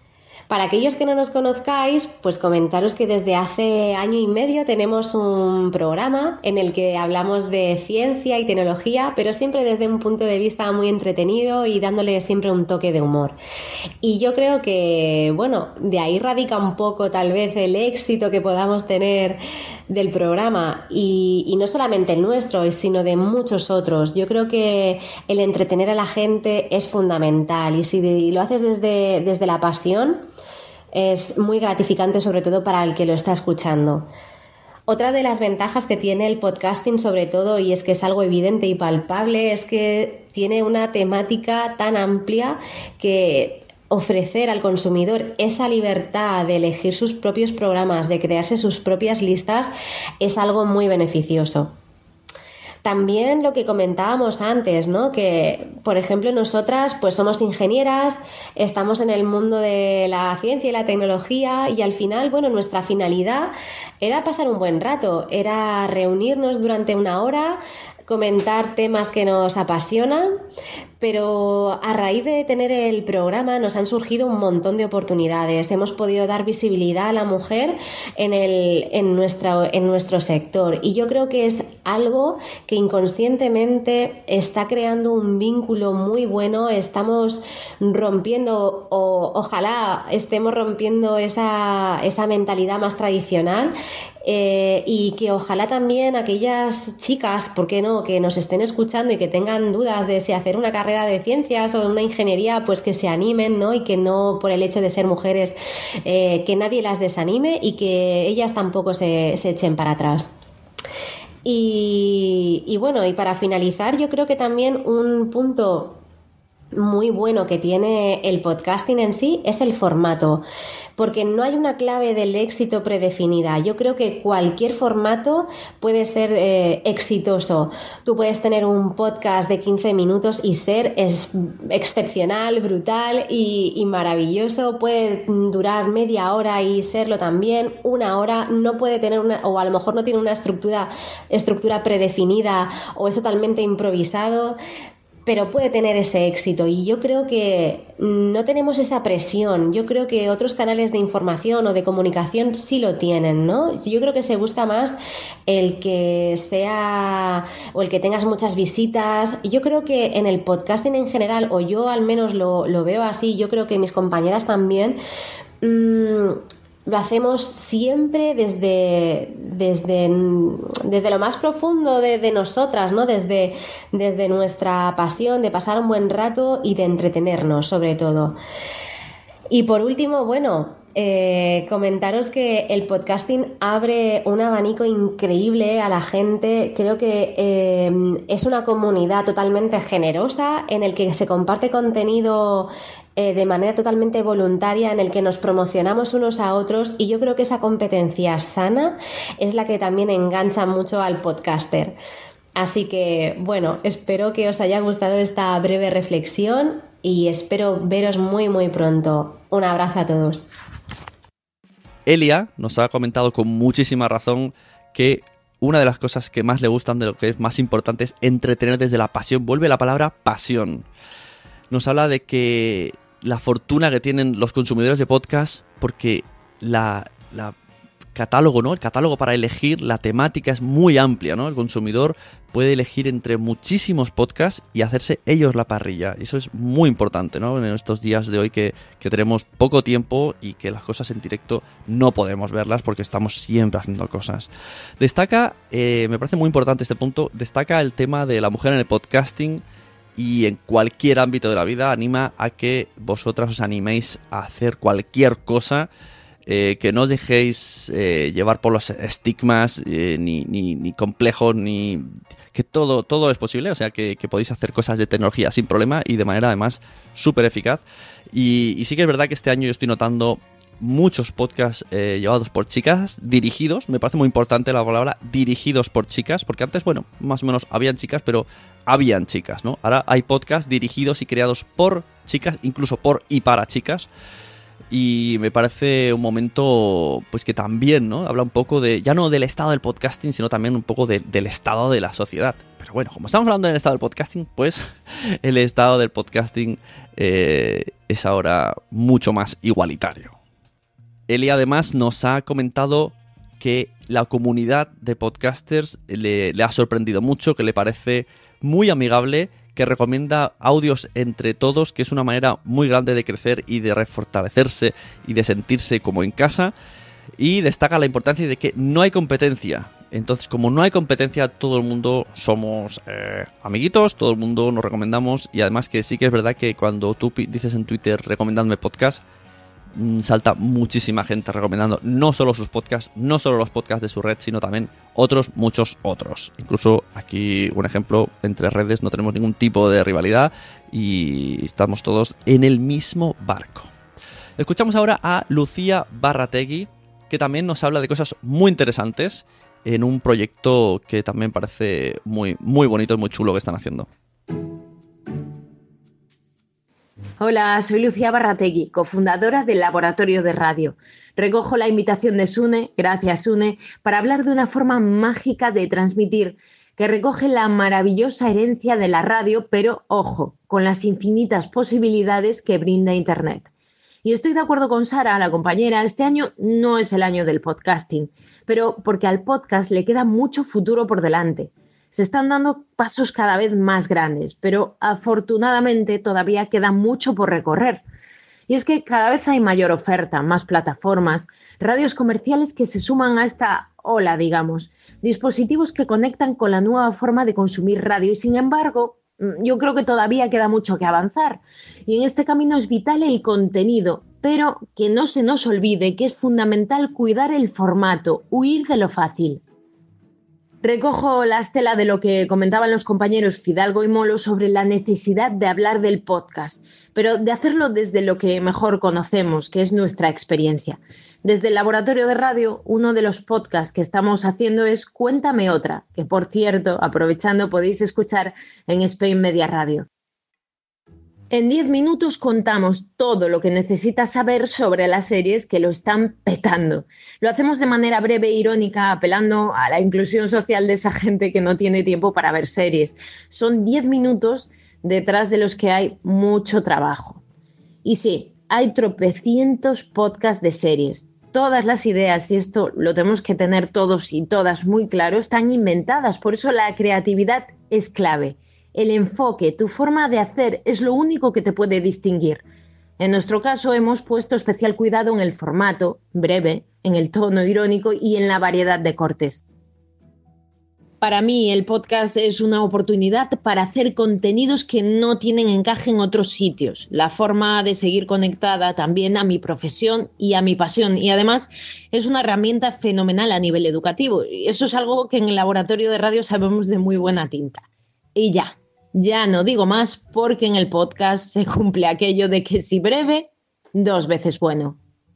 Para aquellos que no nos conozcáis, pues comentaros que desde hace año y medio tenemos un programa en el que hablamos de ciencia y tecnología, pero siempre desde un punto de vista muy entretenido y dándole siempre un toque de humor. Y yo creo que, bueno, de ahí radica un poco tal vez el éxito que podamos tener del programa y, y no solamente el nuestro, sino de muchos otros. Yo creo que el entretener a la gente es fundamental y si lo haces desde, desde la pasión es muy gratificante, sobre todo para el que lo está escuchando. Otra de las ventajas que tiene el podcasting, sobre todo, y es que es algo evidente y palpable, es que tiene una temática tan amplia que ofrecer al consumidor esa libertad de elegir sus propios programas, de crearse sus propias listas, es algo muy beneficioso. También lo que comentábamos antes, ¿no? Que, por ejemplo, nosotras pues somos ingenieras, estamos en el mundo de la ciencia y la tecnología y al final, bueno, nuestra finalidad era pasar un buen rato, era reunirnos durante una hora, comentar temas que nos apasionan, pero a raíz de tener el programa nos han surgido un montón de oportunidades. Hemos podido dar visibilidad a la mujer en, el, en, nuestra, en nuestro sector y yo creo que es algo que inconscientemente está creando un vínculo muy bueno. Estamos rompiendo, o ojalá estemos rompiendo esa, esa mentalidad más tradicional. Eh, y que ojalá también aquellas chicas, ¿por qué no?, que nos estén escuchando y que tengan dudas de si hacer una carrera de ciencias o una ingeniería, pues que se animen, ¿no? Y que no, por el hecho de ser mujeres, eh, que nadie las desanime y que ellas tampoco se, se echen para atrás. Y, y bueno, y para finalizar, yo creo que también un punto muy bueno que tiene el podcasting en sí es el formato, porque no hay una clave del éxito predefinida. Yo creo que cualquier formato puede ser eh, exitoso. Tú puedes tener un podcast de quince minutos y ser es, excepcional, brutal y, y maravilloso. Puede durar media hora y serlo también. Una hora no puede tener una, o a lo mejor no tiene una estructura, estructura predefinida o es totalmente improvisado, pero puede tener ese éxito y yo creo que no tenemos esa presión. Yo creo que otros canales de información o de comunicación sí lo tienen, ¿no? Yo creo que se busca más el que sea o el que tengas muchas visitas. Yo creo que en el podcasting en general, o yo al menos lo, lo veo así, yo creo que mis compañeras también, mmm, lo hacemos siempre desde, desde, desde lo más profundo de, de nosotras, ¿no? Desde, desde nuestra pasión de pasar un buen rato y de entretenernos, sobre todo. Y por último, bueno, eh, comentaros que el podcasting abre un abanico increíble a la gente. Creo que eh, es una comunidad totalmente generosa en el que se comparte contenido Eh, de manera totalmente voluntaria, en el que nos promocionamos unos a otros y yo creo que esa competencia sana es la que también engancha mucho al podcaster. Así que, bueno, espero que os haya gustado esta breve reflexión y espero veros muy muy pronto. Un abrazo a todos. Elia nos ha comentado con muchísima razón que una de las cosas que más le gustan, de lo que es más importante, es entretener desde la pasión. Vuelve la palabra pasión. Nos habla de que la fortuna que tienen los consumidores de podcast, porque la, la catálogo, ¿no? El catálogo para elegir la temática es muy amplia, ¿no? El consumidor puede elegir entre muchísimos podcasts y hacerse ellos la parrilla. Y eso es muy importante, ¿no? En estos días de hoy que, que tenemos poco tiempo y que las cosas en directo no podemos verlas porque estamos siempre haciendo cosas. Destaca, eh, me parece muy importante este punto, destaca el tema de la mujer en el podcasting. Y en cualquier ámbito de la vida anima a que vosotras os animéis a hacer cualquier cosa, eh, que no os dejéis eh, llevar por los estigmas, eh, ni, ni, ni complejos, ni que todo, todo es posible. O sea, que, que podéis hacer cosas de tecnología sin problema y de manera además súper eficaz. Y, y sí que es verdad que este año yo estoy notando muchos podcasts eh, llevados por chicas, dirigidos, me parece muy importante la palabra dirigidos por chicas, porque antes, bueno, más o menos habían chicas, pero habían chicas, ¿no? Ahora hay podcasts dirigidos y creados por chicas, incluso por y para chicas, y me parece un momento, pues que también, ¿no? Habla un poco de, ya no del estado del podcasting, sino también un poco de, del estado de la sociedad. Pero bueno, como estamos hablando del estado del podcasting, pues el estado del podcasting eh, es ahora mucho más igualitario. Eli además nos ha comentado que la comunidad de podcasters le, le ha sorprendido mucho, que le parece muy amigable, que recomienda audios entre todos, que es una manera muy grande de crecer y de refortalecerse y de sentirse como en casa, y destaca la importancia de que no hay competencia. Entonces, como no hay competencia, todo el mundo somos eh, amiguitos, todo el mundo nos recomendamos, y además que sí que es verdad que cuando tú dices en Twitter recomendadme podcast, salta muchísima gente recomendando no solo sus podcasts, no solo los podcasts de su red, sino también otros, muchos otros. Incluso aquí un ejemplo, entre redes no tenemos ningún tipo de rivalidad y estamos todos en el mismo barco. Escuchamos ahora a Lucía Barrategui, que también nos habla de cosas muy interesantes en un proyecto que también parece muy, muy bonito y muy chulo que están haciendo. Hola, soy Lucía Barrategui, cofundadora del Laboratorio de Radio. Recojo la invitación de Sune, gracias Sune, para hablar de una forma mágica de transmitir que recoge la maravillosa herencia de la radio, pero, ojo, con las infinitas posibilidades que brinda Internet. Y estoy de acuerdo con Sara, la compañera, este año no es el año del podcasting, pero porque al podcast le queda mucho futuro por delante. Se están dando pasos cada vez más grandes, pero afortunadamente todavía queda mucho por recorrer. Y es que cada vez hay mayor oferta, más plataformas, radios comerciales que se suman a esta ola, digamos, dispositivos que conectan con la nueva forma de consumir radio y, sin embargo, yo creo que todavía queda mucho que avanzar. Y en este camino es vital el contenido, pero que no se nos olvide que es fundamental cuidar el formato, huir de lo fácil. Recojo la estela de lo que comentaban los compañeros Fidalgo y Molo sobre la necesidad de hablar del podcast, pero de hacerlo desde lo que mejor conocemos, que es nuestra experiencia. Desde el Laboratorio de Radio, uno de los podcasts que estamos haciendo es Cuéntame Otra, que por cierto, aprovechando, podéis escuchar en Spain Media Radio. En diez minutos contamos todo lo que necesitas saber sobre las series que lo están petando. Lo hacemos de manera breve e irónica, apelando a la inclusión social de esa gente que no tiene tiempo para ver series. Son diez minutos detrás de los que hay mucho trabajo. Y sí, hay tropecientos podcasts de series. Todas las ideas, y esto lo tenemos que tener todos y todas muy claro, están inventadas. Por eso la creatividad es clave. El enfoque, tu forma de hacer es lo único que te puede distinguir. En nuestro caso hemos puesto especial cuidado en el formato, breve, en el tono irónico y en la variedad de cortes. Para mí el podcast es una oportunidad para hacer contenidos que no tienen encaje en otros sitios. La forma de seguir conectada también a mi profesión y a mi pasión. Y además es una herramienta fenomenal a nivel educativo. Y eso es algo que en el Laboratorio de Radio sabemos de muy buena tinta. Y ya, ya no digo más porque en el podcast se cumple aquello de que si breve, dos veces bueno.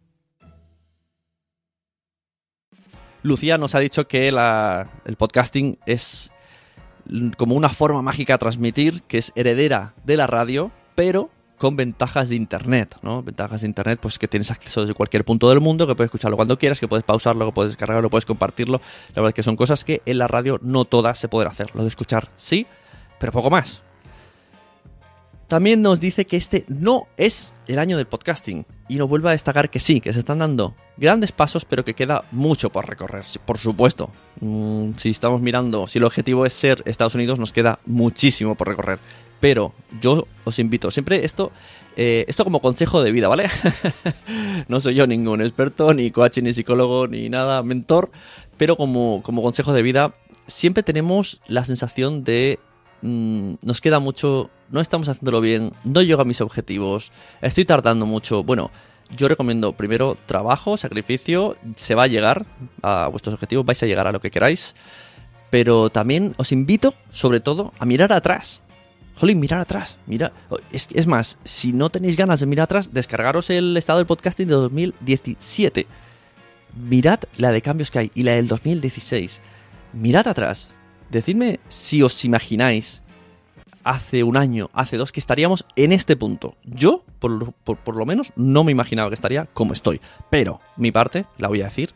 Lucía nos ha dicho que la, el podcasting es como una forma mágica de transmitir, que es heredera de la radio, pero con ventajas de Internet, ¿no? Ventajas de Internet, pues que tienes acceso desde cualquier punto del mundo, que puedes escucharlo cuando quieras, que puedes pausarlo, que puedes descargarlo, puedes compartirlo. La verdad es que son cosas que en la radio no todas se pueden hacer. Lo de escuchar sí, pero poco más. También nos dice que este no es el año del podcasting y nos vuelve a destacar que sí, que se están dando grandes pasos, pero que queda mucho por recorrer, por supuesto. Mm, si estamos mirando, si el objetivo es ser Estados Unidos, nos queda muchísimo por recorrer. Pero yo os invito, siempre esto, eh, esto como consejo de vida, ¿vale? No soy yo ningún experto, ni coach, ni psicólogo, ni nada, mentor, pero como, como consejo de vida, siempre tenemos la sensación de mmm, nos queda mucho, no estamos haciéndolo bien, no llego a mis objetivos, estoy tardando mucho. Bueno, yo recomiendo primero trabajo, sacrificio, se va a llegar a vuestros objetivos, vais a llegar a lo que queráis, pero también os invito, sobre todo, a mirar atrás. Jolín, mirar atrás, mira, es, es más, si no tenéis ganas de mirar atrás, descargaros el estado del podcasting de dos mil diecisiete. Mirad la de cambios que hay y la del dos mil dieciséis. Mirad atrás, decidme si os imagináis hace un año, hace dos, que estaríamos en este punto. Yo, por, por, por lo menos, no me imaginaba que estaría como estoy. Pero mi parte, la voy a decir,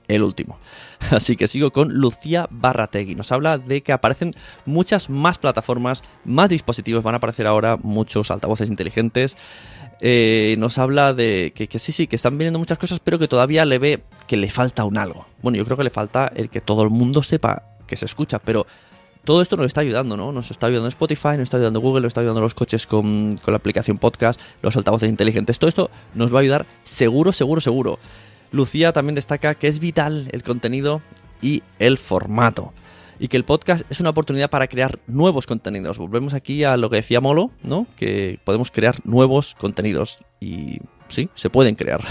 el último. Así que sigo con Lucía Barrategui. Nos habla de que aparecen muchas más plataformas, más dispositivos, van a aparecer ahora muchos altavoces inteligentes. Eh, nos habla de que, que sí, sí, que están viniendo muchas cosas, pero que todavía le ve que le falta un algo. Bueno, yo creo que le falta el que todo el mundo sepa que se escucha, pero todo esto nos está ayudando, ¿no? Nos está ayudando Spotify, nos está ayudando Google, nos está ayudando los coches con, con la aplicación podcast, los altavoces inteligentes. Todo esto nos va a ayudar seguro, seguro, seguro. Lucía también destaca que es vital el contenido y el formato, y que el podcast es una oportunidad para crear nuevos contenidos. Volvemos aquí a lo que decía Molo, ¿no? Que podemos crear nuevos contenidos, y sí, se pueden crear.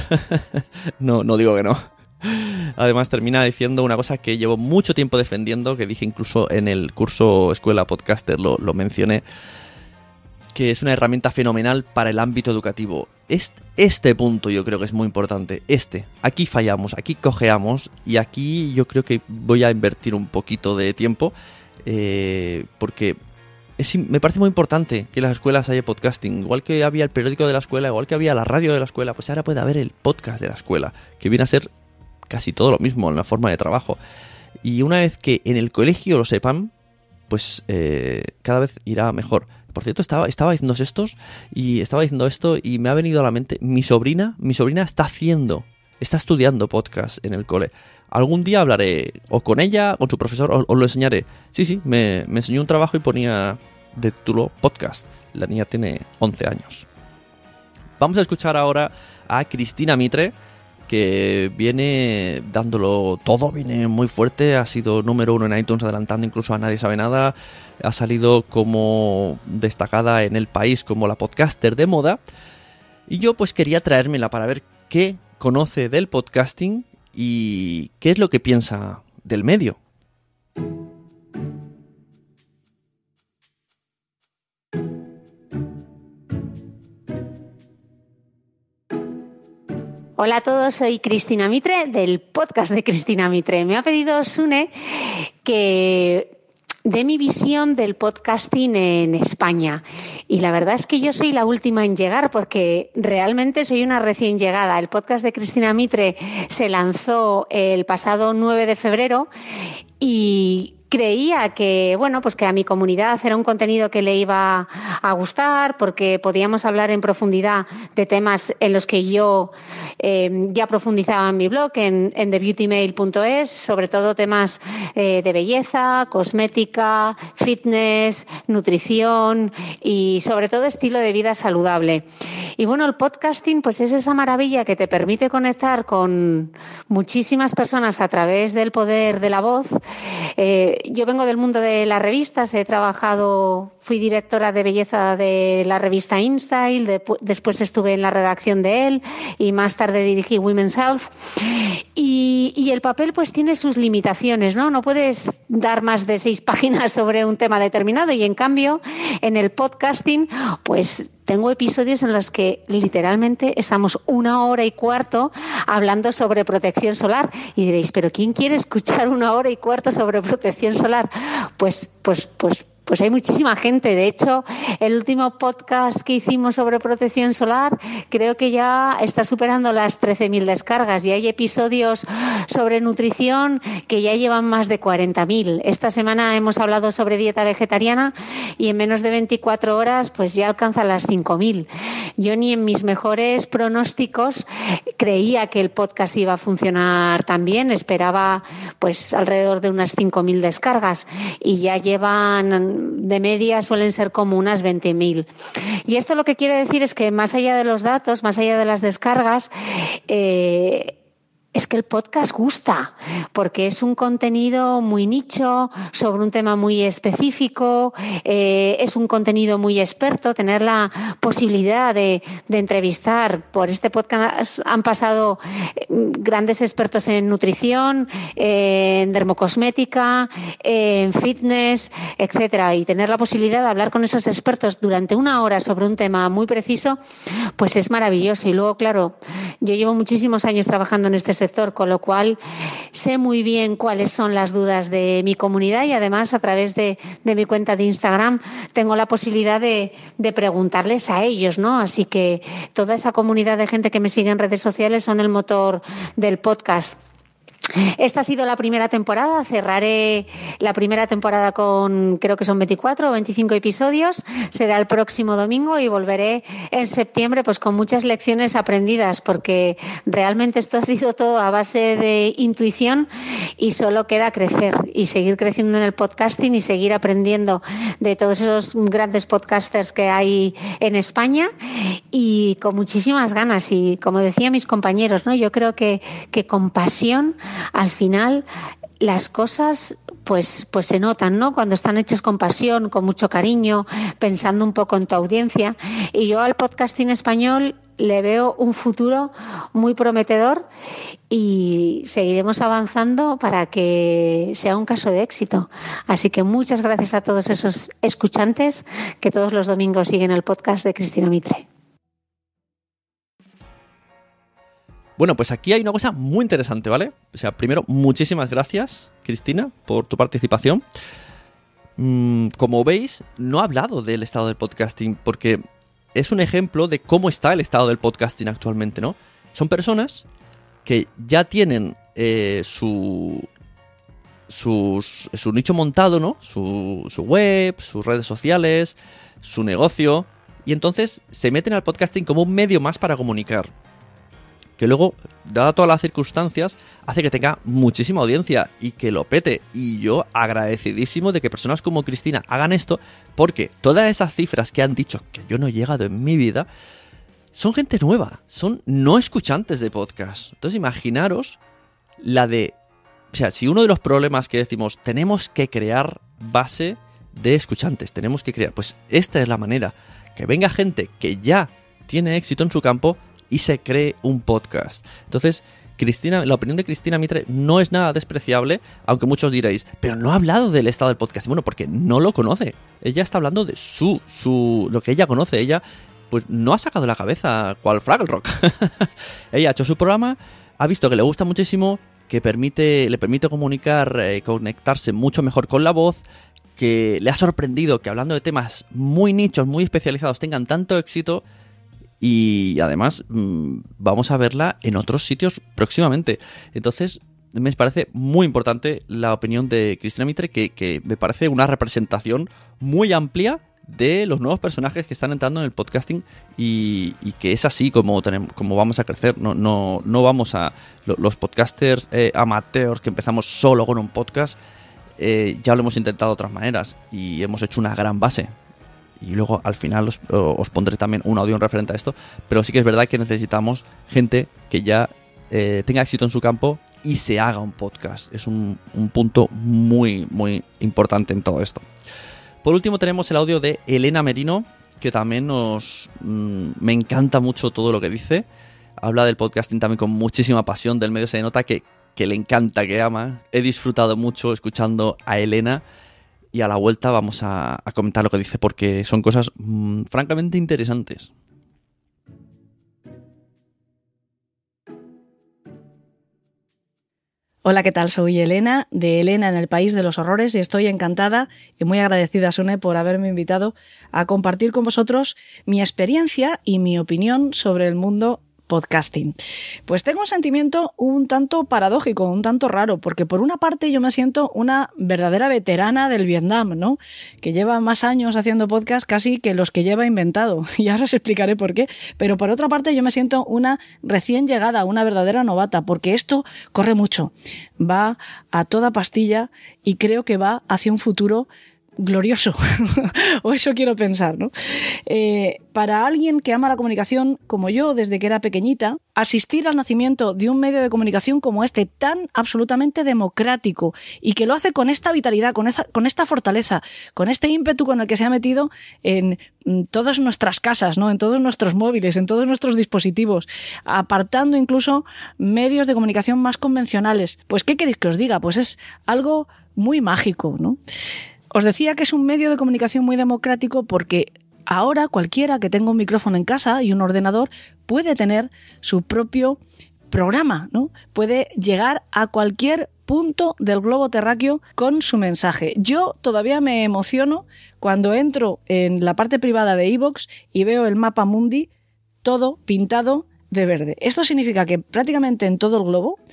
no, no digo que no. Además termina diciendo una cosa que llevo mucho tiempo defendiendo, que dije incluso en el curso Escuela Podcaster, lo, lo mencioné, que es una herramienta fenomenal para el ámbito educativo. Este, este punto yo creo que es muy importante. Este, aquí fallamos, aquí cojeamos, y aquí yo creo que voy a invertir un poquito de tiempo, eh, porque es, me parece muy importante que en las escuelas haya podcasting. Igual que había el periódico de la escuela, igual que había la radio de la escuela, pues ahora puede haber el podcast de la escuela, que viene a ser casi todo lo mismo en la forma de trabajo. Y una vez que en el colegio lo sepan, pues eh, cada vez irá mejor. Por cierto, estaba, estaba diciendo estos y estaba diciendo esto y me ha venido a la mente, mi sobrina, mi sobrina está haciendo, está estudiando podcast en el cole. Algún día hablaré o con ella, con su profesor, o os lo enseñaré. Sí, sí, me, me enseñó un trabajo y ponía de título podcast. La niña tiene once años. Vamos a escuchar ahora a Cristina Mitre, que viene dándolo todo, viene muy fuerte, ha sido número uno en iTunes, adelantando incluso a Nadie Sabe Nada, ha salido como destacada en El País como la podcaster de moda, y yo pues quería traérmela para ver qué conoce del podcasting y qué es lo que piensa del medio. Hola a todos, soy Cristina Mitre del podcast de Cristina Mitre. Me ha pedido Sune que dé mi visión del podcasting en España, y la verdad es que yo soy la última en llegar porque realmente soy una recién llegada. El podcast de Cristina Mitre se lanzó el pasado nueve de febrero y creía que, bueno, pues que a mi comunidad era un contenido que le iba a gustar porque podíamos hablar en profundidad de temas en los que yo eh, ya profundizaba en mi blog, en, en the beauty mail punto es, sobre todo temas eh, de belleza, cosmética, fitness, nutrición y sobre todo estilo de vida saludable. Y bueno, el podcasting pues es esa maravilla que te permite conectar con muchísimas personas a través del poder de la voz. Eh, Yo vengo del mundo de las revistas, he trabajado, fui directora de belleza de la revista InStyle, de, después estuve en la redacción de él y más tarde dirigí Women's Health. Y, y el papel pues tiene sus limitaciones, ¿no? No puedes dar más de seis páginas sobre un tema determinado, y en cambio en el podcasting pues tengo episodios en los que literalmente estamos una hora y cuarto hablando sobre protección solar. Y diréis, ¿pero quién quiere escuchar una hora y cuarto sobre protección solar? Pues, pues, pues, pues hay muchísima gente. De hecho, el último podcast que hicimos sobre protección solar creo que ya está superando las trece mil descargas, y hay episodios sobre nutrición que ya llevan más de cuarenta mil. Esta semana hemos hablado sobre dieta vegetariana y en menos de veinticuatro horas pues ya alcanza las cinco mil. Yo ni en mis mejores pronósticos creía que el podcast iba a funcionar tan bien. Esperaba pues alrededor de unas cinco mil descargas y ya llevan, de media suelen ser como unas veinte mil. Y esto lo que quiere decir es que más allá de los datos, más allá de las descargas, eh, es que el podcast gusta, porque es un contenido muy nicho, sobre un tema muy específico, eh, es un contenido muy experto. Tener la posibilidad de, de entrevistar, por este podcast han pasado grandes expertos en nutrición, eh, en dermocosmética, eh, en fitness, etcétera, y tener la posibilidad de hablar con esos expertos durante una hora sobre un tema muy preciso, pues es maravilloso. Y luego, claro, yo llevo muchísimos años trabajando en este sector, con lo cual sé muy bien cuáles son las dudas de mi comunidad, y además a través de, de mi cuenta de Instagram tengo la posibilidad de, de preguntarles a ellos, ¿no? Así que toda esa comunidad de gente que me sigue en redes sociales son el motor del podcast. Esta ha sido la primera temporada, cerraré la primera temporada con creo que son veinticuatro o veinticinco episodios, será el próximo domingo y volveré en septiembre pues con muchas lecciones aprendidas, porque realmente esto ha sido todo a base de intuición y solo queda crecer y seguir creciendo en el podcasting y seguir aprendiendo de todos esos grandes podcasters que hay en España, y con muchísimas ganas. Y como decían mis compañeros, ¿no? Yo creo que, que con pasión al final las cosas pues, pues se notan, ¿no? Cuando están hechas con pasión, con mucho cariño, pensando un poco en tu audiencia. Y yo al podcasting español le veo un futuro muy prometedor y seguiremos avanzando para que sea un caso de éxito. Así que muchas gracias a todos esos escuchantes que todos los domingos siguen el podcast de Cristina Mitre. Bueno, pues aquí hay una cosa muy interesante, ¿vale? O sea, primero, muchísimas gracias, Cristina, por tu participación. Mm, como veis, no he hablado del estado del podcasting porque es un ejemplo de cómo está el estado del podcasting actualmente, ¿no? Son personas que ya tienen eh, su, sus, su nicho montado, ¿no? Su, su web, sus redes sociales, su negocio, y entonces se meten al podcasting como un medio más para comunicar, que luego, dadas todas las circunstancias, hace que tenga muchísima audiencia y que lo pete. Y yo agradecidísimo de que personas como Cristina hagan esto, porque todas esas cifras que han dicho que yo no he llegado en mi vida, son gente nueva, son no escuchantes de podcast. Entonces imaginaros la de... O sea, si uno de los problemas que decimos, tenemos que crear base de escuchantes, tenemos que crear, pues esta es la manera, que venga gente que ya tiene éxito en su campo y se cree un podcast. Entonces, Cristina, la opinión de Cristina Mitre no es nada despreciable, aunque muchos diréis, pero no ha hablado del estado del podcast. Bueno, porque no lo conoce. Ella está hablando de su, su, lo que ella conoce. Ella, pues, no ha sacado la cabeza cual Fraggle Rock. Ella ha hecho su programa, ha visto que le gusta muchísimo, que permite, le permite comunicar, eh, conectarse mucho mejor con la voz, que le ha sorprendido que hablando de temas muy nichos, muy especializados, tengan tanto éxito. Y además mmm, vamos a verla en otros sitios próximamente. Entonces me parece muy importante la opinión de Cristina Mitre, que, que me parece una representación muy amplia de los nuevos personajes que están entrando en el podcasting, y, y que es así como, tenemos, como vamos a crecer. No, no, no vamos a... Los podcasters eh, amateurs que empezamos solo con un podcast, eh, ya lo hemos intentado de otras maneras y hemos hecho una gran base. Y luego al final os, os pondré también un audio en referente a esto. Pero sí que es verdad que necesitamos gente que ya eh, tenga éxito en su campo y se haga un podcast. Es un, un punto muy, muy importante en todo esto. Por último tenemos el audio de Elena Merino, que también nos mmm, me encanta mucho todo lo que dice. Habla del podcasting también con muchísima pasión. Del medio se nota que, que le encanta, que ama. He disfrutado mucho escuchando a Elena. Y a la vuelta vamos a, a comentar lo que dice, porque son cosas mmm, francamente interesantes. Hola, ¿qué tal? Soy Elena, de Elena en el País de los Horrores, y estoy encantada y muy agradecida, Sune, por haberme invitado a compartir con vosotros mi experiencia y mi opinión sobre el mundo podcasting. Pues tengo un sentimiento un tanto paradójico, un tanto raro, porque por una parte yo me siento una verdadera veterana del Vietnam, ¿no? Que lleva más años haciendo podcast casi que los que lleva inventado, y ahora os explicaré por qué. Pero por otra parte yo me siento una recién llegada, una verdadera novata, porque esto corre mucho, va a toda pastilla y creo que va hacia un futuro glorioso, o eso quiero pensar, ¿no? Eh, para alguien que ama la comunicación como yo desde que era pequeñita, asistir al nacimiento de un medio de comunicación como este, tan absolutamente democrático, y que lo hace con esta vitalidad, con, esa, con esta fortaleza, con este ímpetu con el que se ha metido en todas nuestras casas, ¿no? En todos nuestros móviles, en todos nuestros dispositivos, apartando incluso medios de comunicación más convencionales. Pues, ¿qué queréis que os diga? Pues es algo muy mágico, ¿no? Os decía que es un medio de comunicación muy democrático porque ahora cualquiera que tenga un micrófono en casa y un ordenador puede tener su propio programa, ¿no? Puede llegar a cualquier punto del globo terráqueo con su mensaje. Yo todavía me emociono cuando entro en la parte privada de iVoox y veo el mapa mundi todo pintado de verde. Esto significa que prácticamente en todo el globo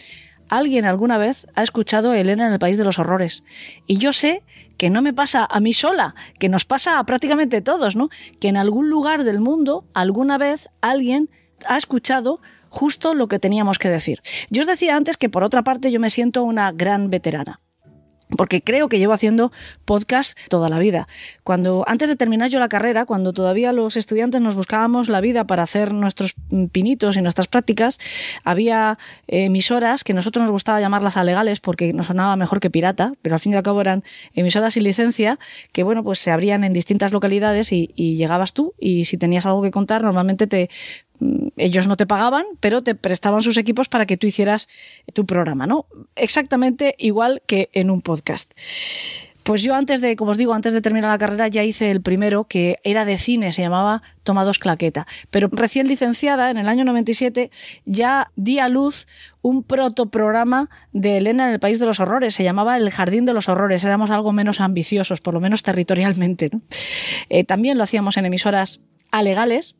alguien alguna vez ha escuchado Elena en el País de los Horrores. Y yo sé que no me pasa a mí sola, que nos pasa a prácticamente todos, ¿no? Que en algún lugar del mundo, alguna vez, alguien ha escuchado justo lo que teníamos que decir. Yo os decía antes que, por otra parte, yo me siento una gran veterana, porque creo que llevo haciendo podcast toda la vida. Cuando, antes de terminar yo la carrera, cuando todavía los estudiantes nos buscábamos la vida para hacer nuestros pinitos y nuestras prácticas, había emisoras que nosotros nos gustaba llamarlas alegales porque nos sonaba mejor que pirata, pero al fin y al cabo eran emisoras sin licencia que, bueno, pues se abrían en distintas localidades y, y llegabas tú, y si tenías algo que contar, normalmente te... ellos no te pagaban, pero te prestaban sus equipos para que tú hicieras tu programa, ¿no? Exactamente igual que en un podcast. Pues yo antes de, como os digo, antes de terminar la carrera ya hice el primero, que era de cine, se llamaba Toma dos Claqueta. Pero recién licenciada, en el año noventa y siete, ya di a luz un protoprograma de Elena en el País de los Horrores. Se llamaba El Jardín de los Horrores. Éramos algo menos ambiciosos, por lo menos territorialmente, ¿no? Eh, también lo hacíamos en emisoras alegales,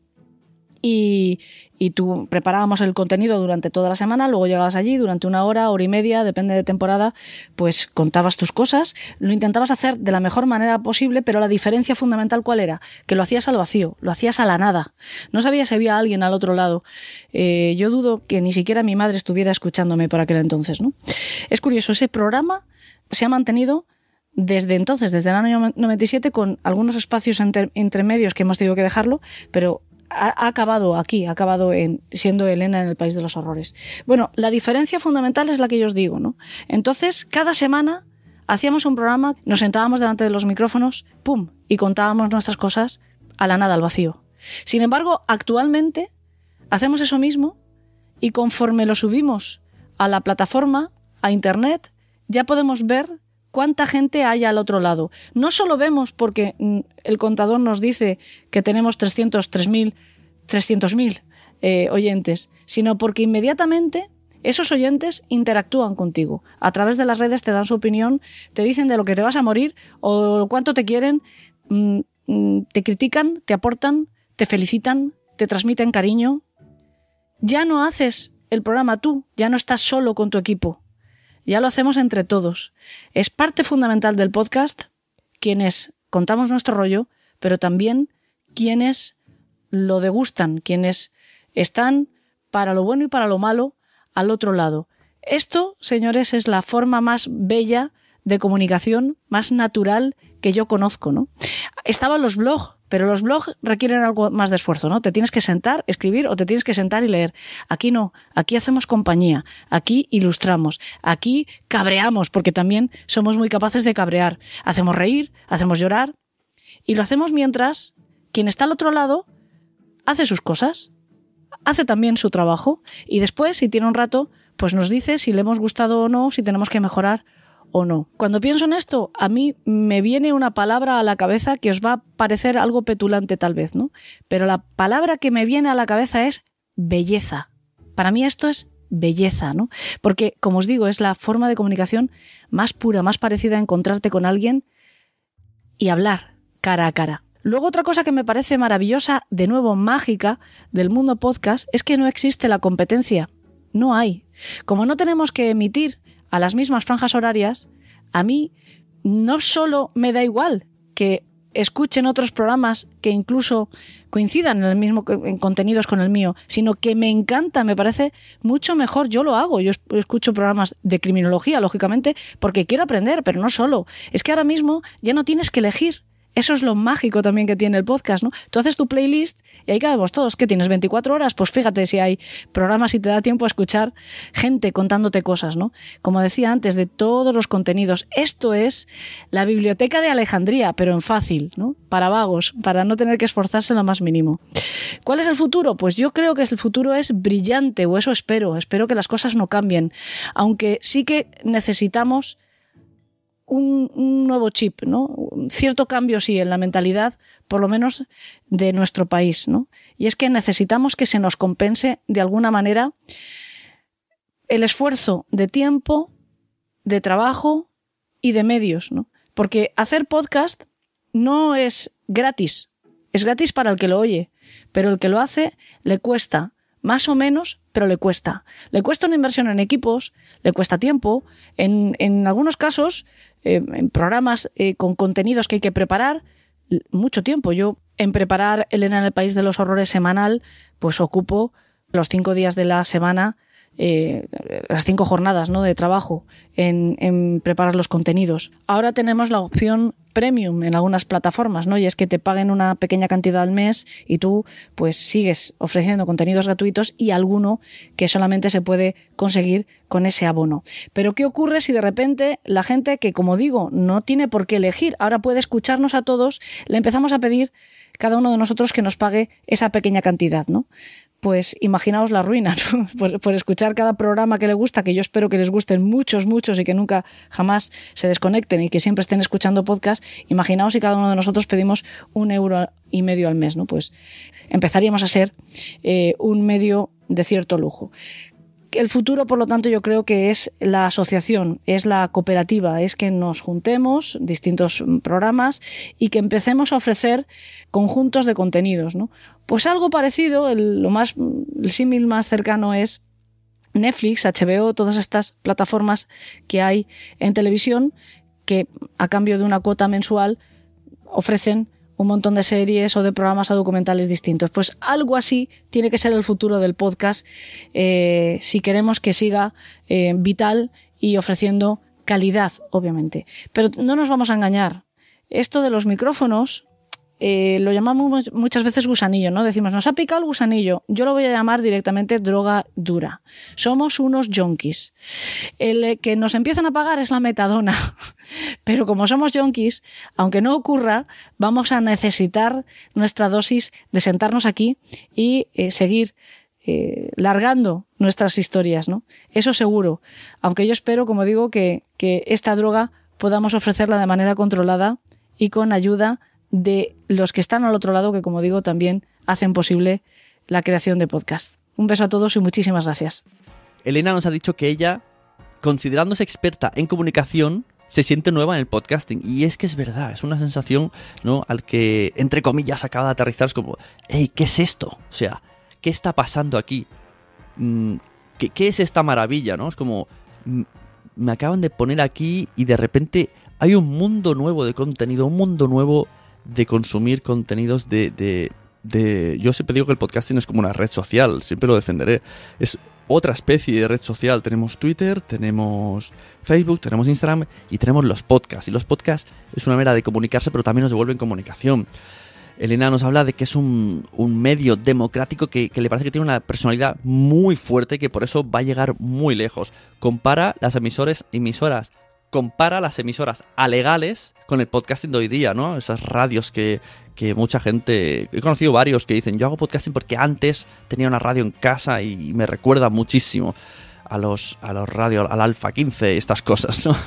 Y, y tú preparábamos el contenido durante toda la semana, luego llegabas allí durante una hora, hora y media, depende de temporada, pues contabas tus cosas, lo intentabas hacer de la mejor manera posible, pero la diferencia fundamental ¿cuál era? Que lo hacías al vacío, lo hacías a la nada. No sabías si había alguien al otro lado. Eh, yo dudo que ni siquiera mi madre estuviera escuchándome por aquel entonces, ¿no? Es curioso, ese programa se ha mantenido desde entonces, desde el año noventa y siete, con algunos espacios entre, entre medios que hemos tenido que dejarlo, pero ha acabado aquí, ha acabado en, siendo Elena en el País de los Horrores. Bueno, la diferencia fundamental es la que yo os digo, ¿no? Entonces, cada semana hacíamos un programa, nos sentábamos delante de los micrófonos, ¡pum!, y contábamos nuestras cosas a la nada, al vacío. Sin embargo, actualmente hacemos eso mismo y conforme lo subimos a la plataforma, a Internet, ya podemos ver cuánta gente hay al otro lado. No solo vemos porque el contador nos dice que tenemos trescientos tres mil eh, oyentes, sino porque inmediatamente esos oyentes interactúan contigo. A través de las redes te dan su opinión, te dicen de lo que te vas a morir o cuánto te quieren, te critican, te aportan, te felicitan, te transmiten cariño. Ya no haces el programa tú, ya no estás solo con tu equipo. Ya lo hacemos entre todos. Es parte fundamental del podcast quienes contamos nuestro rollo, pero también quienes lo degustan, quienes están para lo bueno y para lo malo al otro lado. Esto, señores, es la forma más bella de comunicación, más natural que yo conozco, ¿no? Estaban los blogs, pero los blogs requieren algo más de esfuerzo, ¿no? Te tienes que sentar, escribir o te tienes que sentar y leer. Aquí no, aquí hacemos compañía, aquí ilustramos, aquí cabreamos, porque también somos muy capaces de cabrear. Hacemos reír, hacemos llorar y lo hacemos mientras quien está al otro lado hace sus cosas, hace también su trabajo y después, si tiene un rato, pues nos dice si le hemos gustado o no, si tenemos que mejorar o no. Cuando pienso en esto, a mí me viene una palabra a la cabeza que os va a parecer algo petulante tal vez, ¿no? Pero la palabra que me viene a la cabeza es belleza. Para mí esto es belleza, ¿no? Porque, como os digo, es la forma de comunicación más pura, más parecida a encontrarte con alguien y hablar cara a cara. Luego, otra cosa que me parece maravillosa, de nuevo mágica, del mundo podcast, es que no existe la competencia. No hay. Como no tenemos que emitir a las mismas franjas horarias, a mí no solo me da igual que escuchen otros programas que incluso coincidan en el mismo en contenidos con el mío, sino que me encanta, me parece mucho mejor. Yo lo hago, yo escucho programas de criminología, lógicamente, porque quiero aprender, pero no solo. Es que ahora mismo ya no tienes que elegir. Eso es lo mágico también que tiene el podcast, ¿no? Tú haces tu playlist y ahí cabemos todos. ¿Qué tienes? ¿veinticuatro horas? Pues fíjate si hay programas y te da tiempo a escuchar gente contándote cosas, ¿no? Como decía antes, de todos los contenidos. Esto es la biblioteca de Alejandría, pero en fácil, ¿no? Para vagos, para no tener que esforzarse en lo más mínimo. ¿Cuál es el futuro? Pues yo creo que el futuro es brillante, o eso espero. Espero que las cosas no cambien. Aunque sí que necesitamos Un, un nuevo chip, ¿no? Un cierto cambio, sí, en la mentalidad, por lo menos de nuestro país, ¿no? Y es que necesitamos que se nos compense de alguna manera el esfuerzo de tiempo, de trabajo y de medios, ¿no? Porque hacer podcast no es gratis, es gratis para el que lo oye, pero el que lo hace le cuesta más o menos, pero le cuesta. Le cuesta una inversión en equipos, le cuesta tiempo, en, en algunos casos, eh, en programas eh, con contenidos que hay que preparar, mucho tiempo. Yo en preparar Elena en el País de los Horrores semanal, pues ocupo los cinco días de la semana, eh, las cinco jornadas, ¿no?, de trabajo en, en preparar los contenidos. Ahora tenemos la opción premium en algunas plataformas, ¿no? Y es que te paguen una pequeña cantidad al mes y tú pues sigues ofreciendo contenidos gratuitos y alguno que solamente se puede conseguir con ese abono. Pero ¿qué ocurre si de repente la gente que, como digo, no tiene por qué elegir, ahora puede escucharnos a todos, le empezamos a pedir cada uno de nosotros que nos pague esa pequeña cantidad, ¿no? Pues imaginaos la ruina, ¿no? por, por escuchar cada programa que le gusta, que yo espero que les gusten muchos, muchos y que nunca jamás se desconecten y que siempre estén escuchando podcast. Imaginaos si cada uno de nosotros pedimos un euro y medio al mes, ¿no? Pues empezaríamos a ser eh, un medio de cierto lujo. El futuro, por lo tanto, yo creo que es la asociación, es la cooperativa, es que nos juntemos distintos programas y que empecemos a ofrecer conjuntos de contenidos, ¿no? Pues algo parecido, el, lo más, el símil más cercano es Netflix, H B O, todas estas plataformas que hay en televisión que a cambio de una cuota mensual ofrecen un montón de series o de programas o documentales distintos. Pues algo así tiene que ser el futuro del podcast eh, si queremos que siga eh, vital y ofreciendo calidad, obviamente. Pero no nos vamos a engañar. Esto de los micrófonos eh, lo llamamos muchas veces gusanillo, ¿no? Decimos, nos ha picado el gusanillo. Yo lo voy a llamar directamente droga dura. Somos unos yonkis. El que nos empiezan a pagar es la metadona. Pero como somos yonkis, aunque no ocurra, vamos a necesitar nuestra dosis de sentarnos aquí y eh, seguir eh, largando nuestras historias, ¿no? Eso seguro. Aunque yo espero, como digo, que, que esta droga podamos ofrecerla de manera controlada y con ayuda de los que están al otro lado, que como digo, también hacen posible la creación de podcast. Un beso a todos y muchísimas gracias. Elena nos ha dicho que ella, considerándose experta en comunicación, se siente nueva en el podcasting. Y es que es verdad, es una sensación, ¿no?, al que, entre comillas, acaba de aterrizar. Es como, hey, ¿qué es esto? O sea, ¿qué está pasando aquí? ¿Qué, qué es esta maravilla, no? Es como, me acaban de poner aquí y de repente hay un mundo nuevo de contenido, un mundo nuevo de consumir contenidos de, de, de... Yo siempre digo que el podcasting es como una red social, siempre lo defenderé. Es otra especie de red social. Tenemos Twitter, tenemos Facebook, tenemos Instagram y tenemos los podcasts. Y los podcasts es una manera de comunicarse, pero también nos devuelven comunicación. Elena nos habla de que es un, un medio democrático que, que le parece que tiene una personalidad muy fuerte y que por eso va a llegar muy lejos. Compara las emisores, emisoras compara las emisoras alegales con el podcasting de hoy día, ¿no? Esas radios que, que mucha gente... He conocido varios que dicen, yo hago podcasting porque antes tenía una radio en casa y me recuerda muchísimo a los, a los radios, al Alfa quince, estas cosas, ¿no?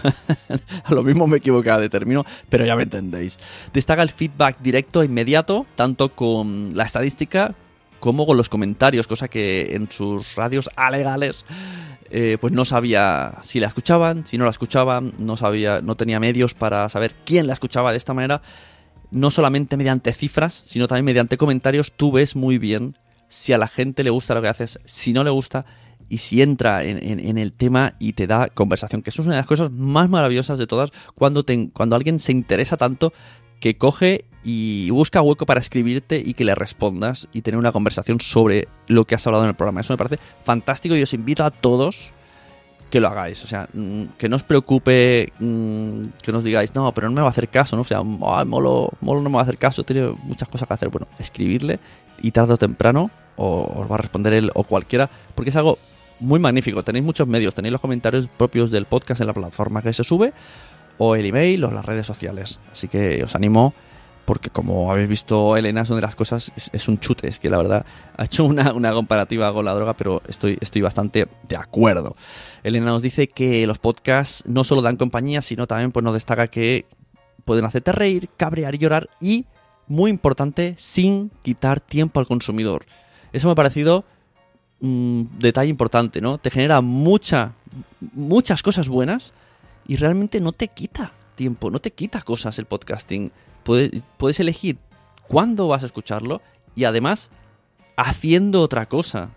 A lo mismo me equivocaba de término, pero ya me entendéis. Destaca el feedback directo e inmediato, tanto con la estadística como con los comentarios, cosa que en sus radios alegales... Eh, pues no sabía si la escuchaban, si no la escuchaban, no sabía, no tenía medios para saber quién la escuchaba. De esta manera, no solamente mediante cifras, sino también mediante comentarios, tú ves muy bien si a la gente le gusta lo que haces, si no le gusta y si entra en, en, en el tema y te da conversación, que eso es una de las cosas más maravillosas de todas, cuando, te, cuando alguien se interesa tanto que coge y busca hueco para escribirte y que le respondas y tener una conversación sobre lo que has hablado en el programa. Eso me parece fantástico y os invito a todos que lo hagáis. O sea, que no os preocupe que nos digáis, no, pero no me va a hacer caso, ¿no? O sea, oh, molo, molo no me va a hacer caso, tiene muchas cosas que hacer. Bueno, escribidle y tarde o temprano o os va a responder él o cualquiera, porque es algo muy magnífico. Tenéis muchos medios, tenéis los comentarios propios del podcast en la plataforma que se sube, o el email o las redes sociales. Así que os animo, porque como habéis visto, Elena, es una de las cosas, es, es un chute, es que la verdad ha hecho una, una comparativa con la droga, pero estoy, estoy bastante de acuerdo. Elena nos dice que los podcasts no solo dan compañía, sino también pues nos destaca que pueden hacerte reír, cabrear y llorar y, muy importante, sin quitar tiempo al consumidor. Eso me ha parecido un detalle importante, ¿no? Te genera mucha, muchas cosas buenas y realmente no te quita tiempo, no te quita cosas el podcasting. Puedes, puedes elegir cuándo vas a escucharlo y además haciendo otra cosa.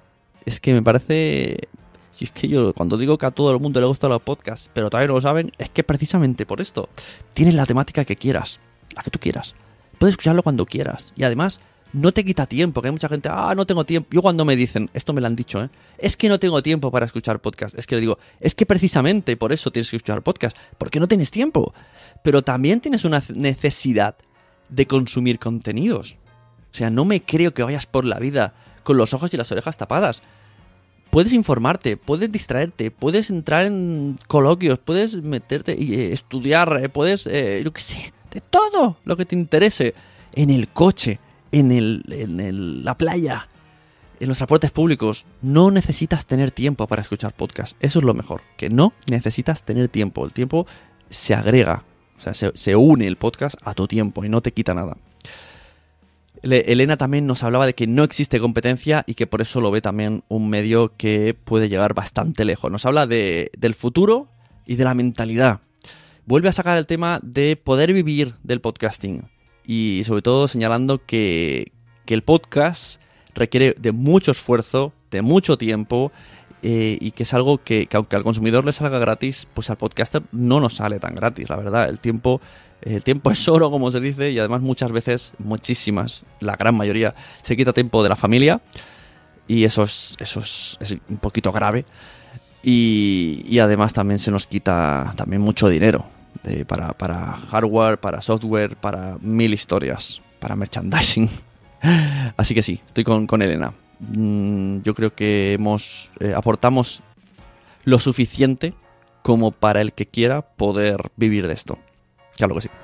Es que me parece... Si es que yo cuando digo que a todo el mundo le gustan los podcasts, pero todavía no lo saben, es que precisamente por esto. Tienes la temática que quieras, la que tú quieras. Puedes escucharlo cuando quieras. Y además, no te quita tiempo, que hay mucha gente, ah, no tengo tiempo. Yo cuando me dicen, esto me lo han dicho, ¿eh? Es que no tengo tiempo para escuchar podcast. Es que le digo, es que precisamente por eso tienes que escuchar podcast, porque no tienes tiempo. Pero también tienes una necesidad de consumir contenidos. O sea, no me creo que vayas por la vida con los ojos y las orejas tapadas. Puedes informarte, puedes distraerte, puedes entrar en coloquios, puedes meterte y eh, estudiar, eh, puedes, eh, yo qué sé, de todo lo que te interese. En el coche, en, el, en el, la playa, en los transportes públicos. No necesitas tener tiempo para escuchar podcast. Eso es lo mejor, que no necesitas tener tiempo. El tiempo se agrega, o sea, se, se une el podcast a tu tiempo y no te quita nada. Elena también nos hablaba de que no existe competencia y que por eso lo ve también un medio que puede llegar bastante lejos. Nos habla de, del futuro y de la mentalidad. Vuelve a sacar el tema de poder vivir del podcasting y sobre todo señalando que, que el podcast requiere de mucho esfuerzo, de mucho tiempo eh, y que es algo que, que aunque al consumidor le salga gratis, pues al podcaster no nos sale tan gratis, la verdad. El tiempo... El tiempo es oro, como se dice, y además muchas veces, muchísimas, la gran mayoría, se quita tiempo de la familia y eso es, eso es, es un poquito grave. Y, y además también se nos quita también mucho dinero de, para, para hardware, para software, para mil historias, para merchandising. Así que sí, estoy con, con Elena. Mm, yo creo que hemos eh, aportamos lo suficiente como para el que quiera poder vivir de esto. Claro que sí.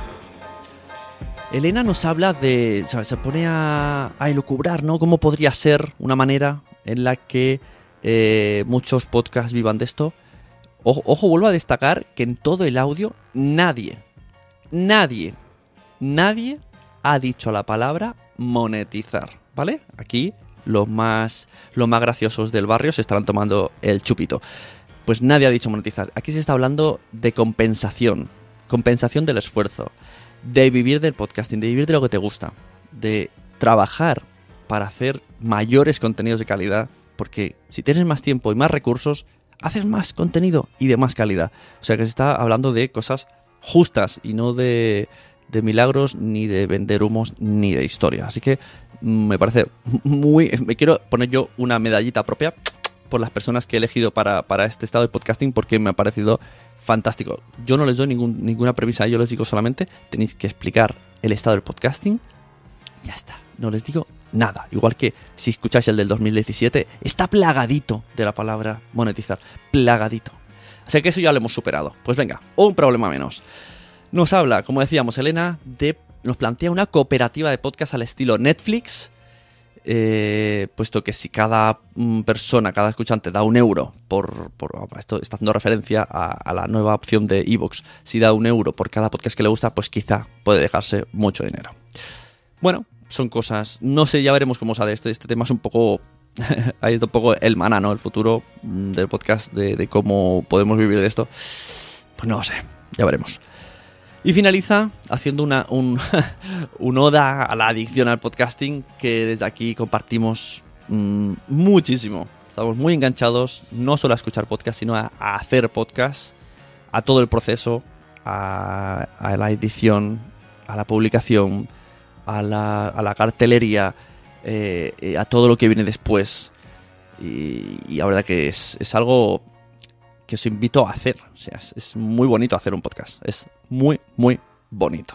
Elena nos habla de... ¿sabes? Se pone a, a elucubrar, ¿no? Cómo podría ser una manera en la que eh, muchos podcasts vivan de esto. Ojo, ojo, vuelvo a destacar que en todo el audio nadie, nadie, nadie ha dicho la palabra monetizar, ¿vale? Aquí los más, los más graciosos del barrio se estarán tomando el chupito. Pues nadie ha dicho monetizar. Aquí se está hablando de compensación. Compensación del esfuerzo, de vivir del podcasting, de vivir de lo que te gusta, de trabajar para hacer mayores contenidos de calidad, porque si tienes más tiempo y más recursos, haces más contenido y de más calidad. O sea que se está hablando de cosas justas y no de, de milagros, ni de vender humos, ni de historia. Así que me parece muy... Me quiero poner yo una medallita propia por las personas que he elegido para, para este estado de podcasting, porque me ha parecido... fantástico. Yo no les doy ningún, ninguna premisa, yo les digo solamente tenéis que explicar el estado del podcasting y ya está. No les digo nada. Igual que si escucháis el del dos mil diecisiete, está plagadito de la palabra monetizar. Plagadito. O sea que eso ya lo hemos superado. Pues venga, un problema menos. Nos habla, como decíamos, Elena, de nos plantea una cooperativa de podcast al estilo Netflix. Eh, puesto que si cada persona, cada escuchante da un euro por, por esto está haciendo referencia a, a la nueva opción de iVoox, si da un euro por cada podcast que le gusta, pues quizá puede dejarse mucho dinero. Bueno, son cosas, no sé, ya veremos cómo sale este, este tema es un poco ahí es un poco el maná, ¿no? El futuro del podcast, de, de cómo podemos vivir de esto, pues no lo sé, ya veremos. Y finaliza haciendo una, un, un oda a la adicción al podcasting, que desde aquí compartimos mmm, muchísimo. Estamos muy enganchados, no solo a escuchar podcast, sino a, a hacer podcast, a todo el proceso, a, a la edición, a la publicación, a la, a la cartelería, eh, a todo lo que viene después. Y, y la verdad que es, es algo... que os invito a hacer. O sea, es, es muy bonito hacer un podcast. Es muy, muy bonito.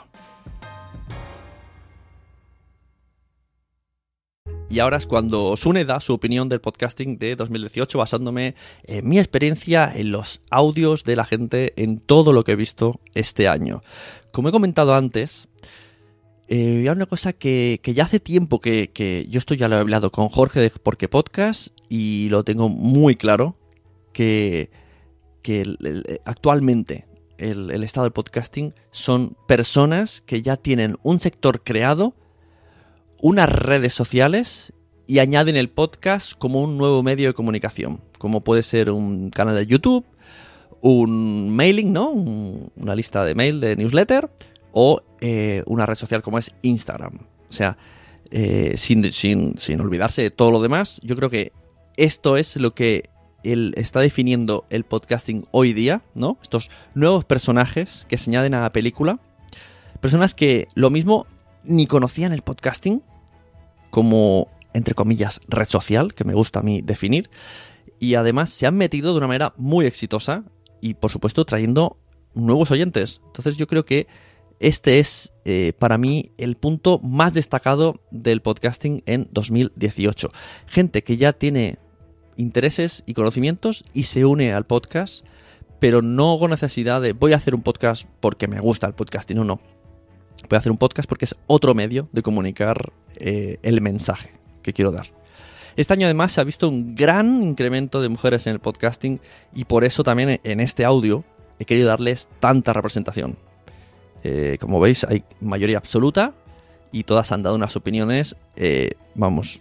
Y ahora es cuando Sune da su opinión del podcasting de dos mil dieciocho, basándome en mi experiencia, en los audios de la gente, en todo lo que he visto este año. Como he comentado antes, eh, hay una cosa que, que ya hace tiempo que, que yo esto ya lo he hablado con Jorge de Porque Podcast y lo tengo muy claro, que... que el, el, actualmente el, el estado del podcasting son personas que ya tienen un sector creado, unas redes sociales y añaden el podcast como un nuevo medio de comunicación, como puede ser un canal de YouTube, un mailing, ¿no? Un, una lista de mail, de newsletter o eh, una red social como es Instagram. O sea, eh, sin, sin, sin olvidarse de todo lo demás, yo creo que esto es lo que el, está definiendo el podcasting hoy día, ¿no? Estos nuevos personajes que se añaden a la película. Personas que lo mismo ni conocían el podcasting como, entre comillas, red social, que me gusta a mí definir. Y además se han metido de una manera muy exitosa y, por supuesto, trayendo nuevos oyentes. Entonces yo creo que este es, eh, para mí, el punto más destacado del podcasting en dos mil dieciocho. Gente que ya tiene intereses y conocimientos y se une al podcast, pero no con necesidad de voy a hacer un podcast porque me gusta el podcasting o no. Voy a hacer un podcast porque es otro medio de comunicar eh, el mensaje que quiero dar. Este año además se ha visto un gran incremento de mujeres en el podcasting y por eso también en este audio he querido darles tanta representación. Eh, como veis hay mayoría absoluta y todas han dado unas opiniones, eh, vamos,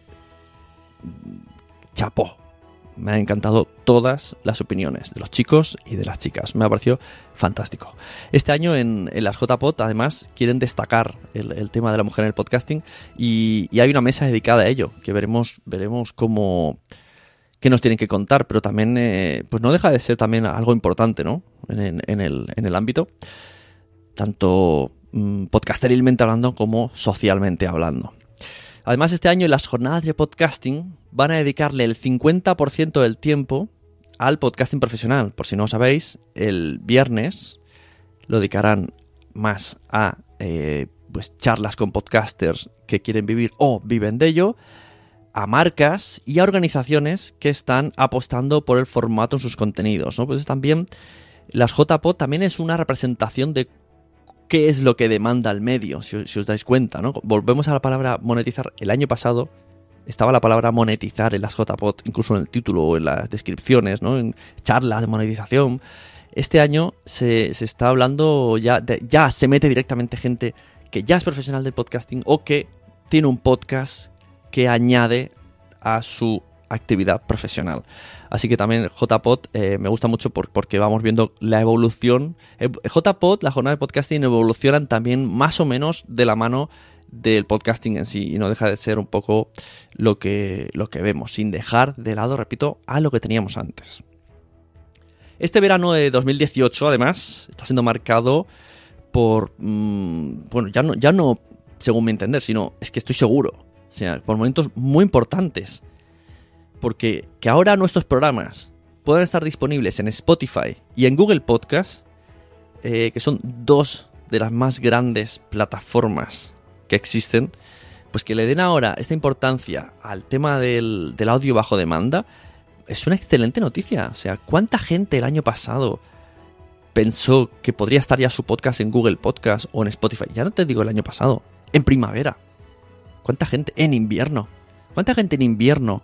chapó. Me han encantado todas las opiniones de los chicos y de las chicas. Me ha parecido fantástico. Este año en, en las J P O D, además, quieren destacar el, el tema de la mujer en el podcasting y, y hay una mesa dedicada a ello, que veremos veremos cómo qué nos tienen que contar, pero también eh, pues no deja de ser también algo importante, ¿no? En, en, en, el, en el ámbito, tanto mmm, podcasterilmente hablando como socialmente hablando. Además, este año en las jornadas de podcasting van a dedicarle el cincuenta por ciento del tiempo al podcasting profesional. Por si no lo sabéis, el viernes lo dedicarán más a eh, pues charlas con podcasters que quieren vivir o viven de ello, a marcas y a organizaciones que están apostando por el formato en sus contenidos, ¿no? Pues también las J P O D también es una representación de qué es lo que demanda el medio, si, si os dais cuenta, ¿no? Volvemos a la palabra monetizar. El año pasado estaba la palabra monetizar en las J P O D, incluso en el título o en las descripciones, ¿no? En charlas de monetización. Este año se, se está hablando ya, de, ya se mete directamente gente que ya es profesional del podcasting o que tiene un podcast que añade a su actividad profesional. Así que también J P O D eh, me gusta mucho por, porque vamos viendo la evolución. Eh, J P O D, la jornada de podcasting, evolucionan también más o menos de la mano del podcasting en sí y no deja de ser un poco lo que, lo que vemos, sin dejar de lado, repito, a lo que teníamos antes. Este verano de dos mil dieciocho, además, está siendo marcado por, mmm, bueno, ya no, ya no según mi entender, sino es que estoy seguro, o sea, por momentos muy importantes. Porque que ahora nuestros programas puedan estar disponibles en Spotify y en Google Podcast, eh, que son dos de las más grandes plataformas que existen, pues que le den ahora esta importancia al tema del, del audio bajo demanda, es una excelente noticia. O sea, ¿cuánta gente el año pasado pensó que podría estar ya su podcast en Google Podcast o en Spotify? Ya no te digo el año pasado, en primavera. ¿Cuánta gente en invierno? ¿Cuánta gente en invierno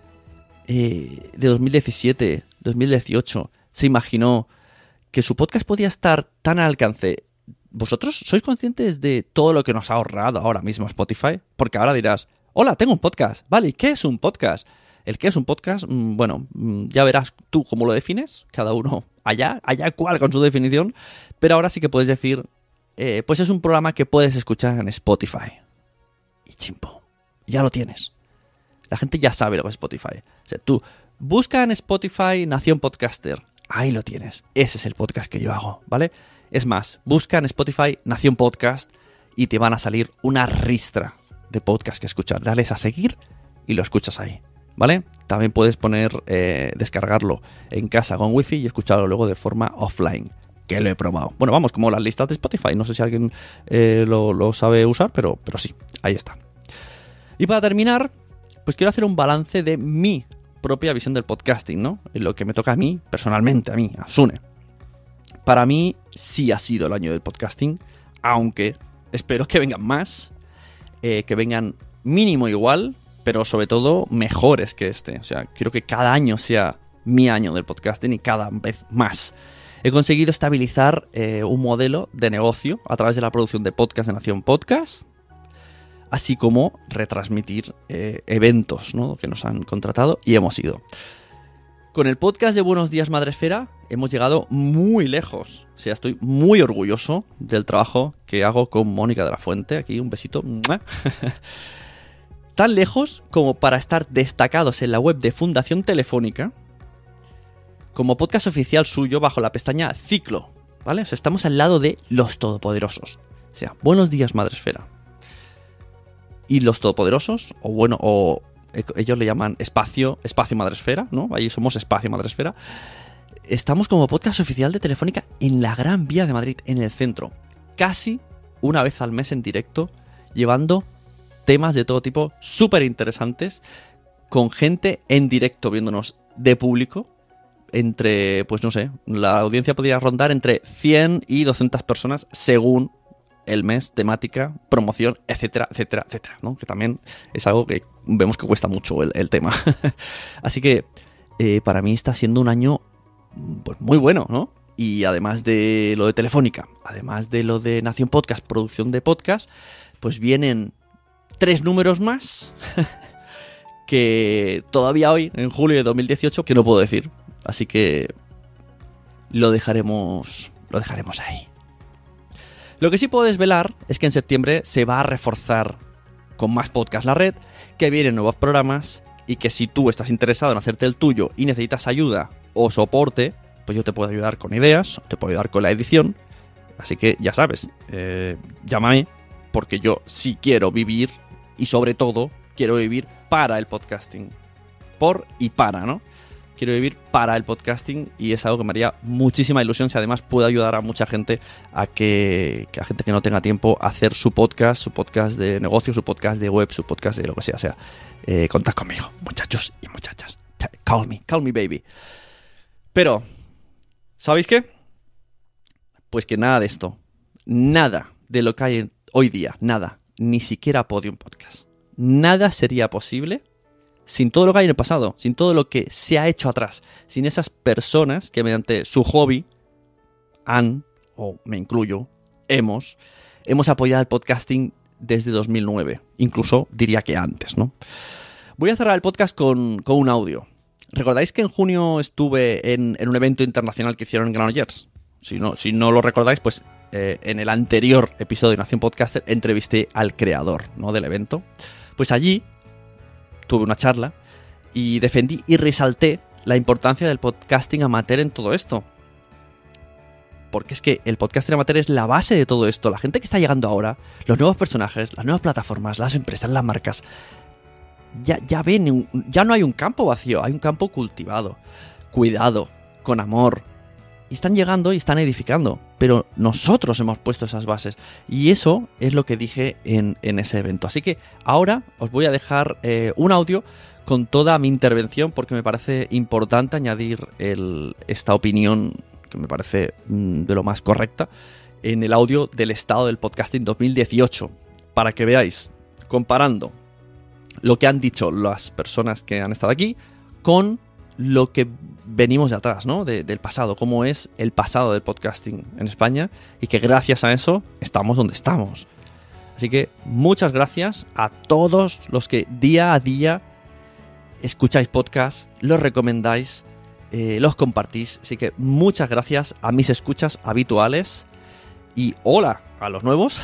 Eh, de dos mil diecisiete, dos mil dieciocho se imaginó que su podcast podía estar tan al alcance? ¿Vosotros sois conscientes de todo lo que nos ha ahorrado ahora mismo Spotify? Porque ahora dirás, hola, tengo un podcast. Vale, ¿y qué es un podcast? El qué es un podcast, mm, bueno, mm, ya verás tú cómo lo defines, cada uno allá, allá cual con su definición, pero ahora sí que puedes decir, eh, pues es un programa que puedes escuchar en Spotify. Y chimpo, ya lo tienes. La gente ya sabe lo que es Spotify. O sea, tú busca en Spotify Nación Podcaster. Ahí lo tienes. Ese es el podcast que yo hago, ¿vale? Es más, busca en Spotify Nación Podcast y te van a salir una ristra de podcasts que escuchar. Dales a seguir y lo escuchas ahí, ¿vale? También puedes poner, eh, descargarlo en casa con wifi y escucharlo luego de forma offline, que lo he probado. Bueno, vamos, como las listas de Spotify. No sé si alguien eh, lo, lo sabe usar, pero, pero sí, ahí está. Y para terminar, pues quiero hacer un balance de mi propia visión del podcasting, ¿no? Lo que me toca a mí, personalmente, a mí, a Sune. Para mí sí ha sido el año del podcasting, aunque espero que vengan más, eh, que vengan mínimo igual, pero sobre todo mejores que este. O sea, quiero que cada año sea mi año del podcasting y cada vez más. He conseguido estabilizar eh, un modelo de negocio a través de la producción de podcast de Nación Podcast, así como retransmitir eh, eventos, ¿no?, que nos han contratado y hemos ido. Con el podcast de Buenos Días Madresfera hemos llegado muy lejos. O sea, estoy muy orgulloso del trabajo que hago con Mónica de la Fuente. Aquí un besito. tan lejos como para estar destacados en la web de Fundación Telefónica como podcast oficial suyo bajo la pestaña Ciclo, ¿vale? O sea, estamos al lado de los todopoderosos. O sea, buenos días, Madresfera. Y los todopoderosos, o bueno, o ellos le llaman espacio, espacio Madresfera, ¿no? Ahí somos espacio Madresfera. Estamos como podcast oficial de Telefónica en la Gran Vía de Madrid, en el centro. Casi una vez al mes en directo, llevando temas de todo tipo súper interesantes, con gente en directo viéndonos de público. Entre, pues no sé, la audiencia podría rondar entre cien y doscientas personas según el mes, temática, promoción, etcétera, etcétera, etcétera, ¿no? Que también es algo que vemos que cuesta mucho el, el tema. Así que eh, para mí está siendo un año pues muy bueno, ¿no? Y además de lo de Telefónica, además de lo de Nación Podcast, producción de podcast, pues vienen tres números más que todavía hoy, en julio de dos mil dieciocho, que no puedo decir. Así que lo dejaremos, lo dejaremos ahí. Lo que sí puedo desvelar es que en septiembre se va a reforzar con más podcast la red, que vienen nuevos programas y que si tú estás interesado en hacerte el tuyo y necesitas ayuda o soporte, pues yo te puedo ayudar con ideas, te puedo ayudar con la edición. Así que ya sabes, eh, llámame, porque yo sí quiero vivir y sobre todo quiero vivir para el podcasting. Por y para, ¿no? Quiero vivir para el podcasting y es algo que me haría muchísima ilusión si además puedo ayudar a mucha gente a que, que a gente que no tenga tiempo a hacer su podcast, su podcast de negocio, su podcast de web, su podcast de lo que sea. O sea, eh, contad conmigo, muchachos y muchachas. Call me, call me baby. Pero, ¿sabéis qué? Pues que nada de esto, nada de lo que hay hoy día, nada, ni siquiera Podium Podcast. Nada sería posible sin todo lo que hay en el pasado, sin todo lo que se ha hecho atrás, sin esas personas que mediante su hobby han, o me incluyo, hemos, hemos apoyado el podcasting desde dos mil nueve, incluso diría que antes, ¿no? Voy a cerrar el podcast con, con un audio. ¿Recordáis que en junio estuve en, en un evento internacional que hicieron en Granollers? Si no, si no lo recordáis, pues eh, en el anterior episodio de Nación Podcaster entrevisté al creador, ¿no?, del evento. Pues allí tuve una charla y defendí y resalté la importancia del podcasting amateur en todo esto. Porque es que el podcasting amateur es la base de todo esto. La gente que está llegando ahora, los nuevos personajes, las nuevas plataformas, las empresas, las marcas, ya, ya ven, ya no hay un campo vacío, hay un campo cultivado, cuidado, con amor. Y están llegando y están edificando. Pero nosotros hemos puesto esas bases. Y eso es lo que dije en, en ese evento. Así que ahora os voy a dejar eh, un audio con toda mi intervención, porque me parece importante añadir el, esta opinión, que me parece mm, de lo más correcta, en el audio del estado del podcasting dos mil dieciocho. Para que veáis, comparando lo que han dicho las personas que han estado aquí con lo que venimos de atrás, ¿no? De, del pasado, cómo es el pasado del podcasting en España y que gracias a eso estamos donde estamos. Así que muchas gracias a todos los que día a día escucháis podcasts, los recomendáis, eh, los compartís. Así que muchas gracias a mis escuchas habituales y hola a los nuevos.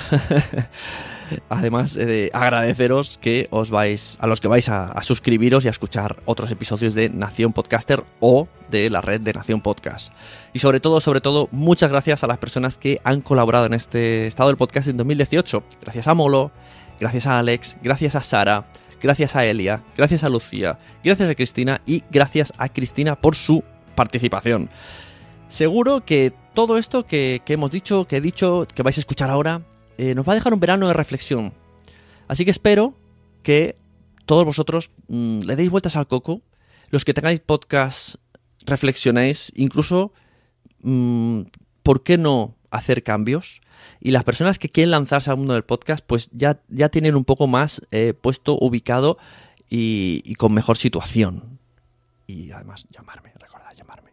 Además de agradeceros que os vais, a los que vais a, a suscribiros y a escuchar otros episodios de Nación Podcaster o de la red de Nación Podcast. Y sobre todo, sobre todo, muchas gracias a las personas que han colaborado en este estado del podcast en dos mil dieciocho. Gracias a Molo, gracias a Alex, gracias a Sara, gracias a Elia, gracias a Lucía, gracias a Cristina y gracias a Cristina por su participación. Seguro que todo esto que, que hemos dicho, que he dicho, que vais a escuchar ahora, Eh, nos va a dejar un verano de reflexión. Así que espero que todos vosotros mmm, le deis vueltas al coco. Los que tengáis podcast, reflexionéis. Incluso, mmm, ¿por qué no hacer cambios? Y las personas que quieren lanzarse al mundo del podcast, pues ya, ya tienen un poco más eh, puesto, ubicado y, y con mejor situación. Y además, llamarme, recordad llamarme.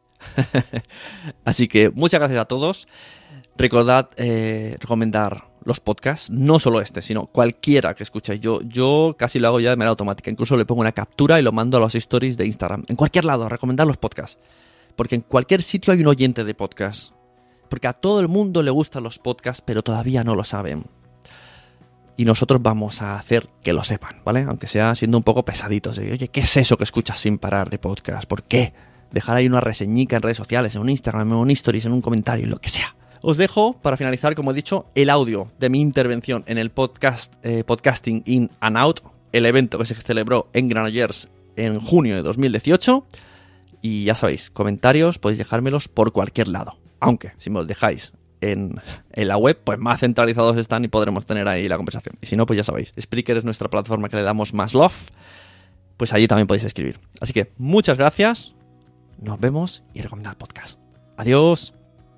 Así que muchas gracias a todos. Recordad eh, recomendar los podcasts, no solo este, sino cualquiera que escuchéis. Yo, yo casi lo hago ya de manera automática. Incluso le pongo una captura y lo mando a los stories de Instagram. En cualquier lado, recomendar los podcasts. Porque en cualquier sitio hay un oyente de podcast. Porque a todo el mundo le gustan los podcasts, pero todavía no lo saben. y nosotros vamos a hacer que lo sepan, ¿vale? Aunque sea siendo un poco pesaditos. De, oye, ¿qué es eso que escuchas sin parar de podcast? ¿Por qué? Dejar ahí una reseñica en redes sociales, en un Instagram, en un Stories, en un comentario, lo que sea. Os dejo, para finalizar, como he dicho, el audio de mi intervención en el podcast eh, Podcasting In and Out, el evento que se celebró en Granollers en junio de dos mil dieciocho. Y ya sabéis, comentarios podéis dejármelos por cualquier lado. Aunque, si me los dejáis en, en la web, pues más centralizados están y podremos tener ahí la conversación. Y si no, pues ya sabéis, Spreaker es nuestra plataforma que le damos más love. Pues allí también podéis escribir. Así que, muchas gracias. Nos vemos y recomendad el podcast. Adiós.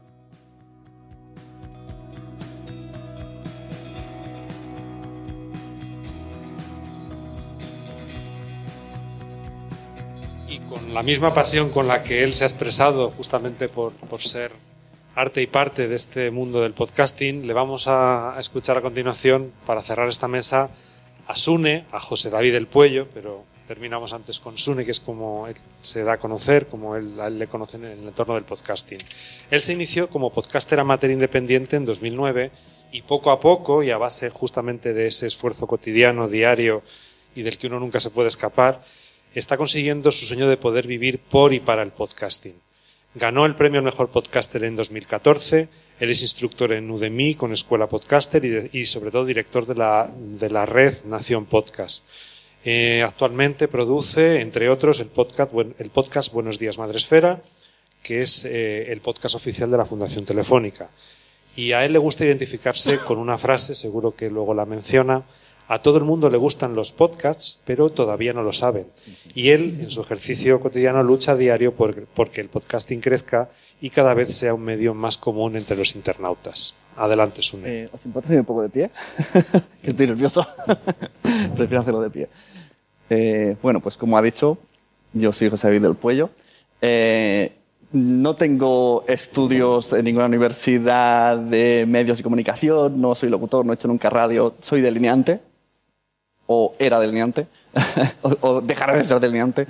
Y con la misma pasión con la que él se ha expresado justamente por, por ser arte y parte de este mundo del podcasting, le vamos a escuchar a continuación, para cerrar esta mesa, a Sune, a José David del Puello, pero terminamos antes con Sune, que es como él se da a conocer, como él, a él le conocen en el entorno del podcasting. Él se inició como podcaster amateur independiente en dos mil nueve y poco a poco, y a base justamente de ese esfuerzo cotidiano, diario y del que uno nunca se puede escapar, está consiguiendo su sueño de poder vivir por y para el podcasting. Ganó el premio al mejor podcaster en dos mil catorce, él es instructor en Udemy con Escuela Podcaster y, de, y sobre todo director de la, de la red Nación Podcast. Eh, actualmente produce, entre otros, el podcast, el podcast Buenos Días Madresfera, que es eh, el podcast oficial de la Fundación Telefónica. Y a él le gusta identificarse con una frase, seguro que luego la menciona: a todo el mundo le gustan los podcasts, pero todavía no lo saben. Y él, en su ejercicio cotidiano, lucha a diario por, porque el podcasting crezca y cada vez sea un medio más común entre los internautas. Adelante, Sune. Eh, ¿Os importa hacer un poco de pie? Que estoy nervioso. Prefiero hacerlo de pie. Eh, bueno, pues como ha dicho, yo soy José David del Puello. Eh, no tengo estudios en ninguna universidad de medios de comunicación, no soy locutor, no he hecho nunca radio, soy delineante. O era delineante, o, o dejaré de ser delineante.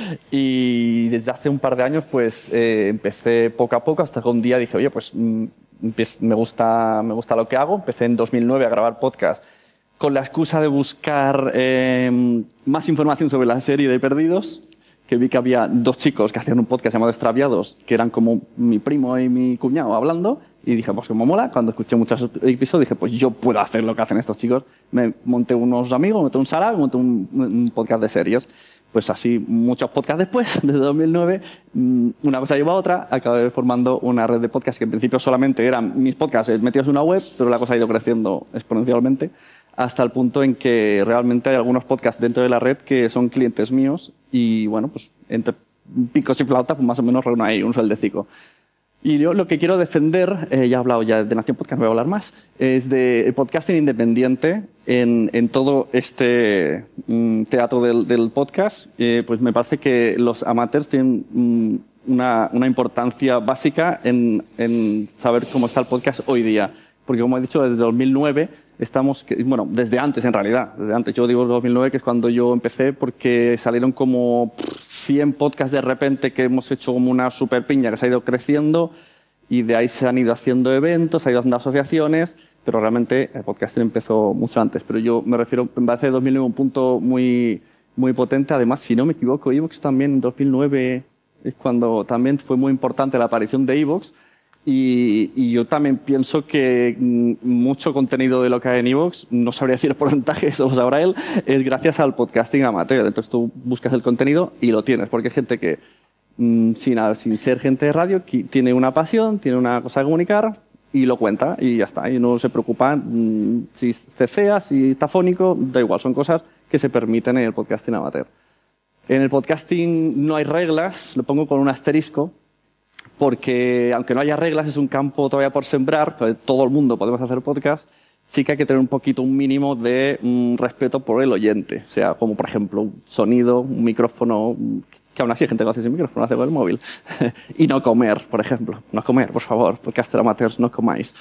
Y desde hace un par de años, pues eh, empecé poco a poco, hasta que un día dije, oye, pues mm, me gusta, me gusta lo que hago. Empecé en dos mil nueve a grabar podcast con la excusa de buscar eh, más información sobre la serie de Perdidos, que vi que había dos chicos que hacían un podcast llamado Extraviados, que eran como mi primo y mi cuñado hablando. Y dije, pues como mola, cuando escuché muchos episodios, dije, pues yo puedo hacer lo que hacen estos chicos. Me monté unos amigos, monté un sala, monté un, un podcast de series. Pues así, muchos podcasts después, desde dos mil nueve, una cosa lleva a otra, acabé formando una red de podcasts que en principio solamente eran mis podcasts metidos en una web, pero la cosa ha ido creciendo exponencialmente, hasta el punto en que realmente hay algunos podcasts dentro de la red que son clientes míos, y bueno, pues entre picos y flautas, pues más o menos reúno ahí un sueldecico. Y yo lo que quiero defender, eh, ya he hablado ya de Nación Podcast, no voy a hablar más, es de podcasting independiente en, en todo este mm, teatro del, del podcast. Eh, pues me parece que los amateurs tienen mm, una, una importancia básica en, en saber cómo está el podcast hoy día. Porque como he dicho, desde dos mil nueve estamos, bueno, desde antes en realidad, desde antes, yo digo dos mil nueve, que es cuando yo empecé, porque salieron como cien podcasts de repente que hemos hecho como una super piña que se ha ido creciendo, y de ahí se han ido haciendo eventos, se han ido haciendo asociaciones, pero realmente el podcasting empezó mucho antes. Pero yo me refiero, me parece dos mil nueve un punto muy, muy potente. Además, si no me equivoco, iVoox también en dos mil nueve es cuando también fue muy importante la aparición de iVoox. Y, y yo también pienso que mucho contenido de lo que hay en iVoox, no sabría decir el porcentaje, eso lo sabrá él, es gracias al podcasting amateur. Entonces tú buscas el contenido y lo tienes, porque hay gente que, mmm, sin, sin ser gente de radio, tiene una pasión, tiene una cosa que comunicar y lo cuenta y ya está. Y no se preocupa mmm, si cecea, si está fónico, da igual, son cosas que se permiten en el podcasting amateur. En el podcasting no hay reglas, lo pongo con un asterisco, porque aunque no haya reglas, es un campo todavía por sembrar, todo el mundo podemos hacer podcast, sí que hay que tener un poquito, un mínimo de um, respeto por el oyente. O sea, como por ejemplo un sonido, un micrófono, que aún así hay gente que lo hace sin micrófono, lo hace con el móvil. Y no comer, por ejemplo. No comer, por favor, podcaster amateurs, no comáis.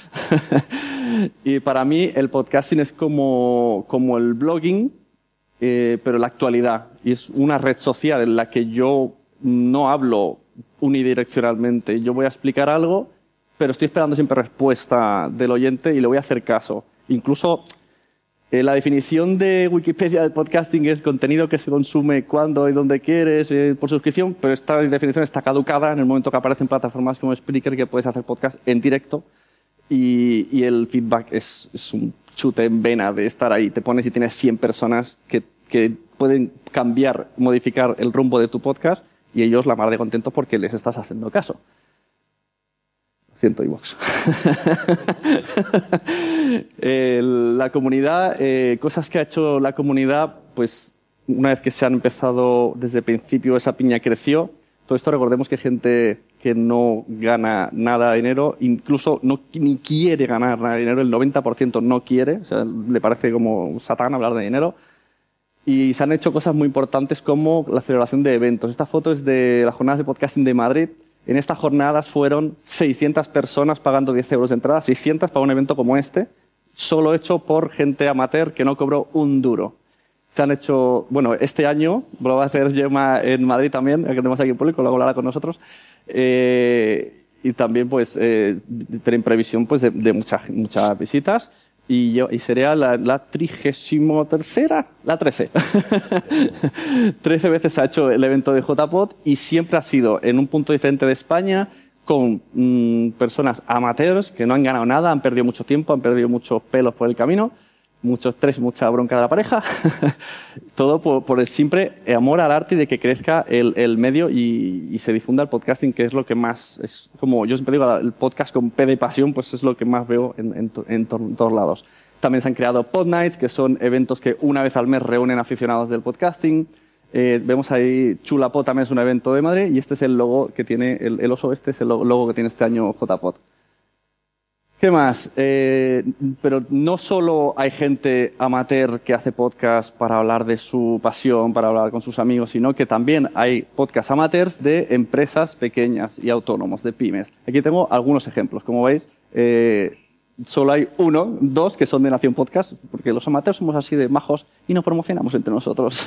Y para mí el podcasting es como, como el blogging, eh, pero en la actualidad. Y es una red social en la que yo no hablo unidireccionalmente. Yo voy a explicar algo, pero estoy esperando siempre respuesta del oyente y le voy a hacer caso. Incluso Eh, la definición de Wikipedia del podcasting es contenido que se consume cuando y donde quieres, eh, por suscripción, pero esta definición está caducada en el momento que aparecen plataformas como Spreaker, que puedes hacer podcast en directo y, y el feedback es, es un chute en vena de estar ahí. Te pones y tienes cien personas que, que pueden cambiar, modificar el rumbo de tu podcast y ellos la mar de contentos porque les estás haciendo caso. Siento iVoox. eh, la comunidad, eh, cosas que ha hecho la comunidad, pues una vez que se han empezado desde el principio, esa piña creció. Todo esto recordemos que hay gente que no gana nada de dinero, incluso no ni quiere ganar nada de dinero, el noventa por ciento no quiere, o sea, le parece como Satán hablar de dinero. Y se han hecho cosas muy importantes como la celebración de eventos. Esta foto es de las jornadas de podcasting de Madrid. En estas jornadas fueron seiscientas personas pagando diez euros de entrada, seiscientas para un evento como este, solo hecho por gente amateur que no cobró un duro. Se han hecho, bueno, este año, lo va a hacer Gemma en Madrid también, que tenemos aquí en público, luego hablará con nosotros, eh, y también pues eh, tienen previsión pues de, de muchas muchas visitas. Y, yo, y sería la, la trigésimo tercera, la trece. Trece veces se ha hecho el evento de J P O D y siempre ha sido en un punto diferente de España con mmm, personas amateurs que no han ganado nada, han perdido mucho tiempo, han perdido muchos pelos por el camino, mucho estrés, mucha bronca de la pareja. Todo por, por el simple amor al arte y de que crezca el, el medio y, y se difunda el podcasting, que es lo que más, es como yo siempre digo, el podcast con P de pasión, pues es lo que más veo en, en, en, to, en todos lados. También se han creado Pod Nights, que son eventos que una vez al mes reúnen aficionados del podcasting. Eh, vemos ahí Chulapod también es un evento de Madrid y este es el logo que tiene, el, el oso este es el logo que tiene este año J P O D. ¿Qué más? Eh, pero no solo hay gente amateur que hace podcast para hablar de su pasión, para hablar con sus amigos, sino que también hay podcast amateurs de empresas pequeñas y autónomos, de pymes. Aquí tengo algunos ejemplos. Como veis, eh, solo hay uno, dos que son de Nación Podcast, porque los amateurs somos así de majos y nos promocionamos entre nosotros.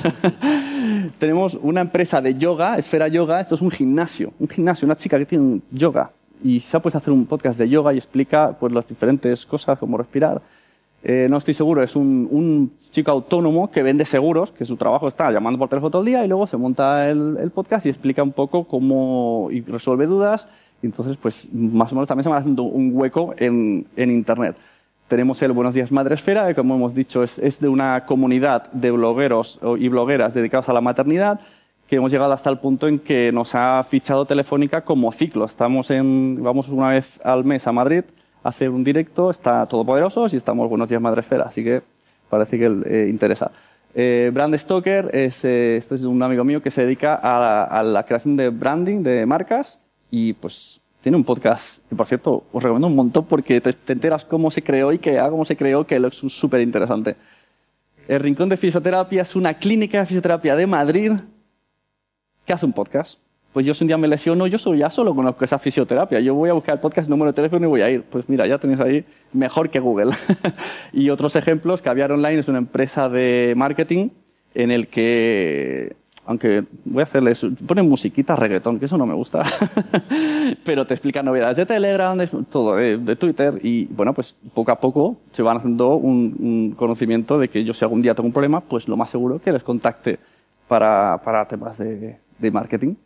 Tenemos una empresa de yoga, Esfera Yoga. Esto es un gimnasio, un gimnasio, una chica que tiene un yoga. Y se ha puesto a hacer un podcast de yoga y explica pues las diferentes cosas, como respirar. Eh, no estoy seguro, es un, un chico autónomo que vende seguros, que su trabajo está llamando por teléfono todo el día y luego se monta el, el podcast y explica un poco cómo y resuelve dudas. Y entonces, pues más o menos también se va haciendo un hueco en, en Internet. Tenemos el Buenos Días Madresfera, que como hemos dicho es, es de una comunidad de blogueros y blogueras dedicados a la maternidad, que hemos llegado hasta el punto en que nos ha fichado Telefónica como ciclo. Estamos en, vamos una vez al mes a Madrid a hacer un directo, está Todopoderosos y estamos Buenos Días Madresfera, así que parece que eh, interesa. Eh, Brand Stoker, es, eh, esto es de un amigo mío que se dedica a la, a la creación de branding de marcas y pues tiene un podcast que, por cierto, os recomiendo un montón porque te, te enteras cómo se creó y que, cómo se creó, que es súper interesante. El Rincón de Fisioterapia es una clínica de fisioterapia de Madrid que hace un podcast. Pues yo si un día me lesiono, yo solo, ya solo conozco esa fisioterapia. Yo voy a buscar el podcast, número de teléfono y voy a ir. Pues mira, ya tenéis ahí mejor que Google. Y otros ejemplos, Caviar Online es una empresa de marketing en el que, aunque voy a hacerles, ponen musiquita reggaetón, que eso no me gusta, pero te explican novedades de Telegram, de, todo, de, de Twitter y bueno, pues poco a poco se van haciendo un, un conocimiento de que yo si algún día tengo un problema, pues lo más seguro que les contacte para, para temas de, de marketing.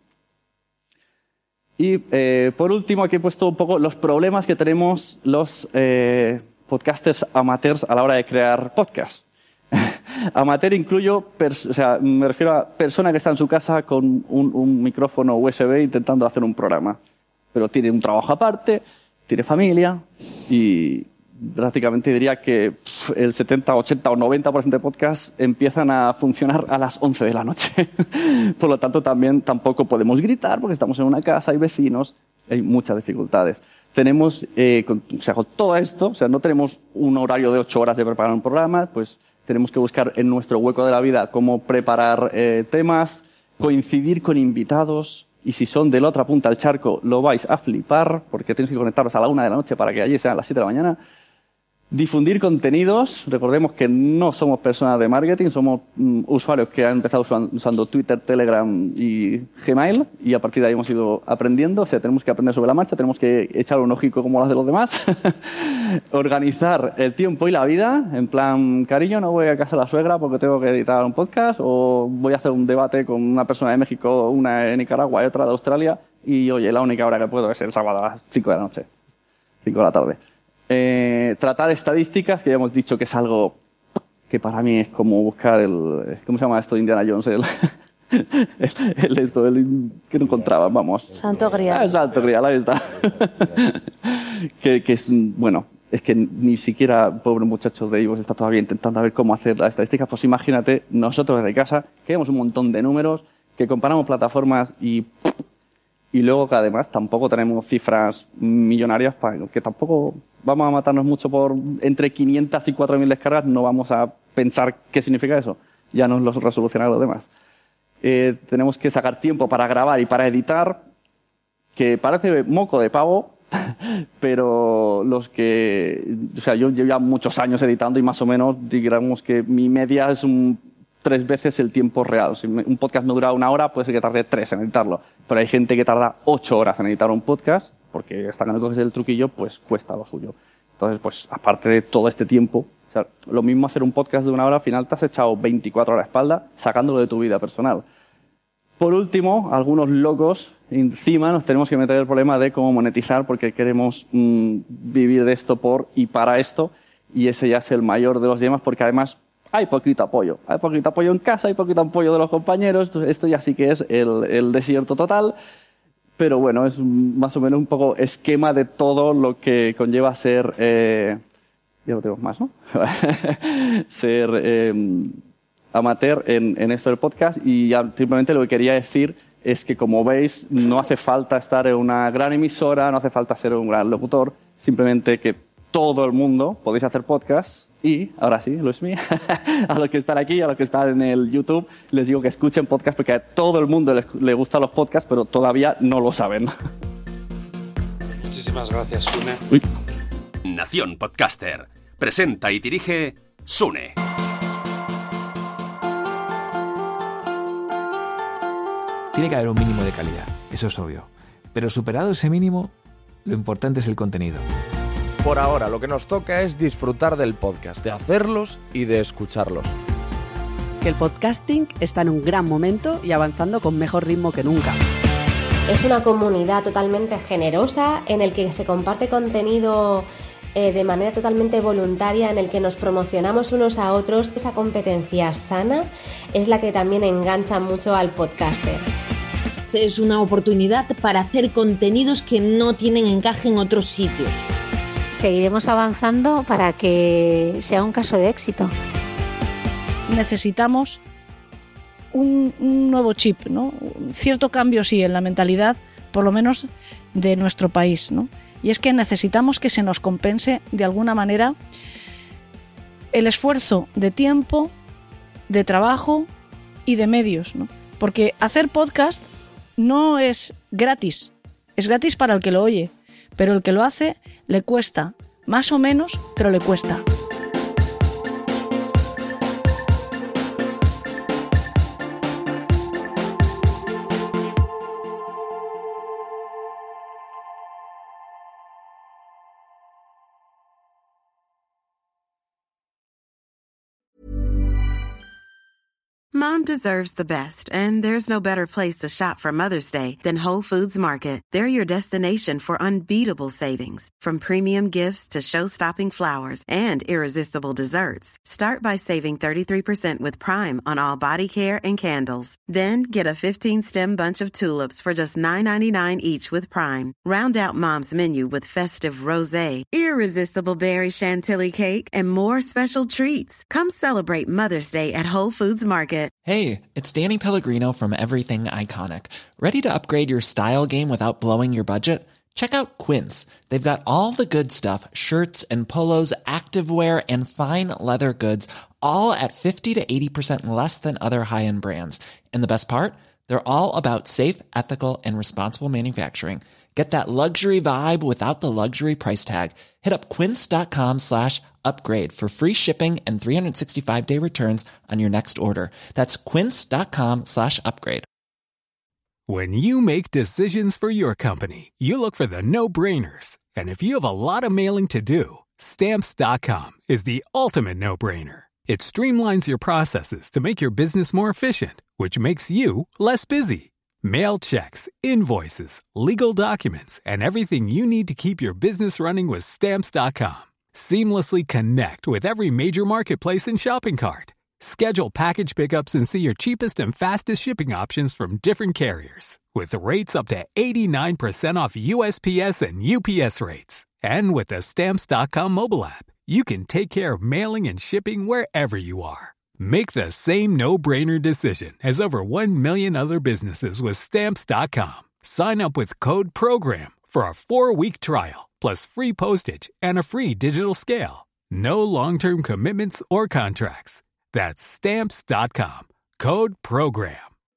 Y eh, por último, aquí he puesto un poco los problemas que tenemos los eh, podcasters amateurs a la hora de crear podcasts. Amateur incluyo, o sea, me refiero a persona que está en su casa con un, un micrófono U S B intentando hacer un programa. Pero tiene un trabajo aparte, tiene familia y prácticamente diría que el setenta, ochenta o noventa por ciento de podcasts empiezan a funcionar a las once de la noche. Por lo tanto, también tampoco podemos gritar porque estamos en una casa, hay vecinos, hay muchas dificultades. Tenemos, eh, con, o sea, con todo esto, o sea, no tenemos un horario de ocho horas de preparar un programa, pues tenemos que buscar en nuestro hueco de la vida cómo preparar eh, temas, coincidir con invitados. Y si son de la otra punta del charco, lo vais a flipar porque tenéis que conectaros a la una de la noche para que allí sean las siete de la mañana. Difundir contenidos. Recordemos que no somos personas de marketing, somos mm, usuarios que han empezado usan, usando Twitter, Telegram y Gmail, y a partir de ahí hemos ido aprendiendo. O sea, tenemos que aprender sobre la marcha, tenemos que echar un ojico como las de los demás. Organizar el tiempo y la vida, en plan, cariño, no voy a casa de la suegra porque tengo que editar un podcast, o voy a hacer un debate con una persona de México, una de Nicaragua y otra de Australia, y oye, la única hora que puedo es el sábado a las cinco de la noche, cinco de la tarde. Eh, tratar estadísticas, que ya hemos dicho que es algo que para mí es como buscar el... ¿Cómo se llama esto de Indiana Jones? El, el, el esto, el que no encontraba, vamos. Santo Grial. Ah, el Santo Grial, ahí está. que, que es, bueno, es que ni siquiera, pobre muchachos de ellos, está todavía intentando ver cómo hacer las estadísticas. Pues imagínate, nosotros desde casa, que vemos un montón de números, que comparamos plataformas y... Y luego que además tampoco tenemos cifras millonarias, para que tampoco vamos a matarnos mucho por entre quinientas y cuatro mil descargas, no vamos a pensar qué significa eso. Ya nos lo resolucionarán los demás. Eh, tenemos que sacar tiempo para grabar y para editar, que parece moco de pavo, pero los que... O sea, yo llevo ya muchos años editando y más o menos digamos que mi media es un... tres veces el tiempo real. Si un podcast me dura una hora, puede ser que tarde tres en editarlo. Pero hay gente que tarda ocho horas en editar un podcast, porque hasta que no coges el truquillo, pues cuesta lo suyo. Entonces, pues, aparte de todo este tiempo, o sea, lo mismo hacer un podcast de una hora, al final te has echado veinticuatro horas a la espalda, sacándolo de tu vida personal. Por último, algunos locos, encima nos tenemos que meter el problema de cómo monetizar, porque queremos mmm, vivir de esto por y para esto, y ese ya es el mayor de los dilemas, porque además hay poquito apoyo. Hay poquito apoyo en casa, hay poquito apoyo de los compañeros. Esto ya sí que es el, el desierto total. Pero bueno, es más o menos un poco esquema de todo lo que conlleva ser... Eh, ya lo tengo más, ¿no? ser eh, amateur en, en esto del podcast. Y ya simplemente lo que quería decir es que, como veis, no hace falta estar en una gran emisora, no hace falta ser un gran locutor. Simplemente que todo el mundo podéis hacer podcasts. Y, ahora sí, Luismi, a los que están aquí, a los que están en el YouTube, les digo que escuchen podcast porque a todo el mundo les, le gustan los podcasts, pero todavía no lo saben. Muchísimas gracias, Sune. Uy. Nación Podcaster. Presenta y dirige Sune. Tiene que haber un mínimo de calidad, eso es obvio. Pero superado ese mínimo, lo importante es el contenido. Por ahora, lo que nos toca es disfrutar del podcast, de hacerlos y de escucharlos. Que el podcasting está en un gran momento y avanzando con mejor ritmo que nunca. Es una comunidad totalmente generosa en el que se comparte contenido eh, de manera totalmente voluntaria, en el que nos promocionamos unos a otros. Esa competencia sana es la que también engancha mucho al podcaster. Es una oportunidad para hacer contenidos que no tienen encaje en otros sitios. Seguiremos avanzando para que sea un caso de éxito. Necesitamos un, un nuevo chip, ¿no? Cierto cambio, sí, en la mentalidad, por lo menos de nuestro país, ¿no? Y es que necesitamos que se nos compense de alguna manera el esfuerzo de tiempo, de trabajo y de medios, ¿no? Porque hacer podcast no es gratis, es gratis para el que lo oye, pero el que lo hace le cuesta, más o menos, pero le cuesta. Mom deserves the best, and there's no better place to shop for Mother's Day than Whole Foods Market. They're your destination for unbeatable savings, from premium gifts to show-stopping flowers and irresistible desserts. Start by saving thirty-three percent with Prime on all body care and candles. Then get a fifteen-stem bunch of tulips for just nine ninety-nine each with Prime. Round out Mom's menu with festive rosé, irresistible berry chantilly cake, and more special treats. Come celebrate Mother's Day at Whole Foods Market. Hey, it's Danny Pellegrino from Everything Iconic. Ready to upgrade your style game without blowing your budget? Check out Quince. They've got all the good stuff, shirts and polos, activewear, and fine leather goods, all at fifty to eighty percent less than other high-end brands. And the best part? They're all about safe, ethical, and responsible manufacturing. Get that luxury vibe without the luxury price tag. Hit up quince.com slash upgrade for free shipping and three sixty-five day returns on your next order. That's quince.com slash upgrade. When you make decisions for your company, you look for the no-brainers. And if you have a lot of mailing to do, Stamps dot com is the ultimate no-brainer. It streamlines your processes to make your business more efficient, which makes you less busy. Mail checks, invoices, legal documents, and everything you need to keep your business running with Stamps dot com. Seamlessly connect with every major marketplace and shopping cart. Schedule package pickups and see your cheapest and fastest shipping options from different carriers. With rates up to eighty-nine percent off U S P S and U P S rates. And with the Stamps dot com mobile app, you can take care of mailing and shipping wherever you are. Make the same no-brainer decision as over one million other businesses with Stamps dot com. Sign up with code PROGRAM for a four-week trial, plus free postage and a free digital scale. No long-term commitments or contracts. That's Stamps dot com. Code PROGRAM.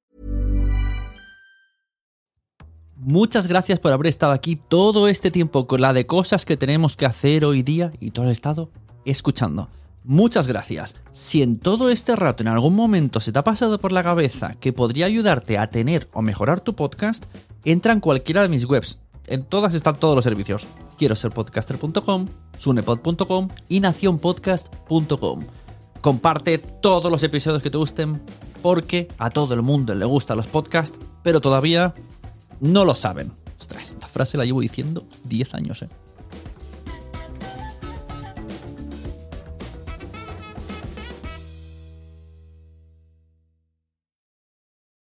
Muchas gracias por haber estado aquí todo este tiempo con la de cosas que tenemos que hacer hoy día y todo el estado escuchando. Muchas gracias. Si en todo este rato en algún momento se te ha pasado por la cabeza que podría ayudarte a tener o mejorar tu podcast, entra en cualquiera de mis webs. En todas están todos los servicios. quiero ser podcaster punto com, sunepod punto com y nación podcast punto com. Comparte todos los episodios que te gusten porque a todo el mundo le gustan los podcasts, pero todavía no lo saben. Ostras, esta frase la llevo diciendo diez años, ¿eh?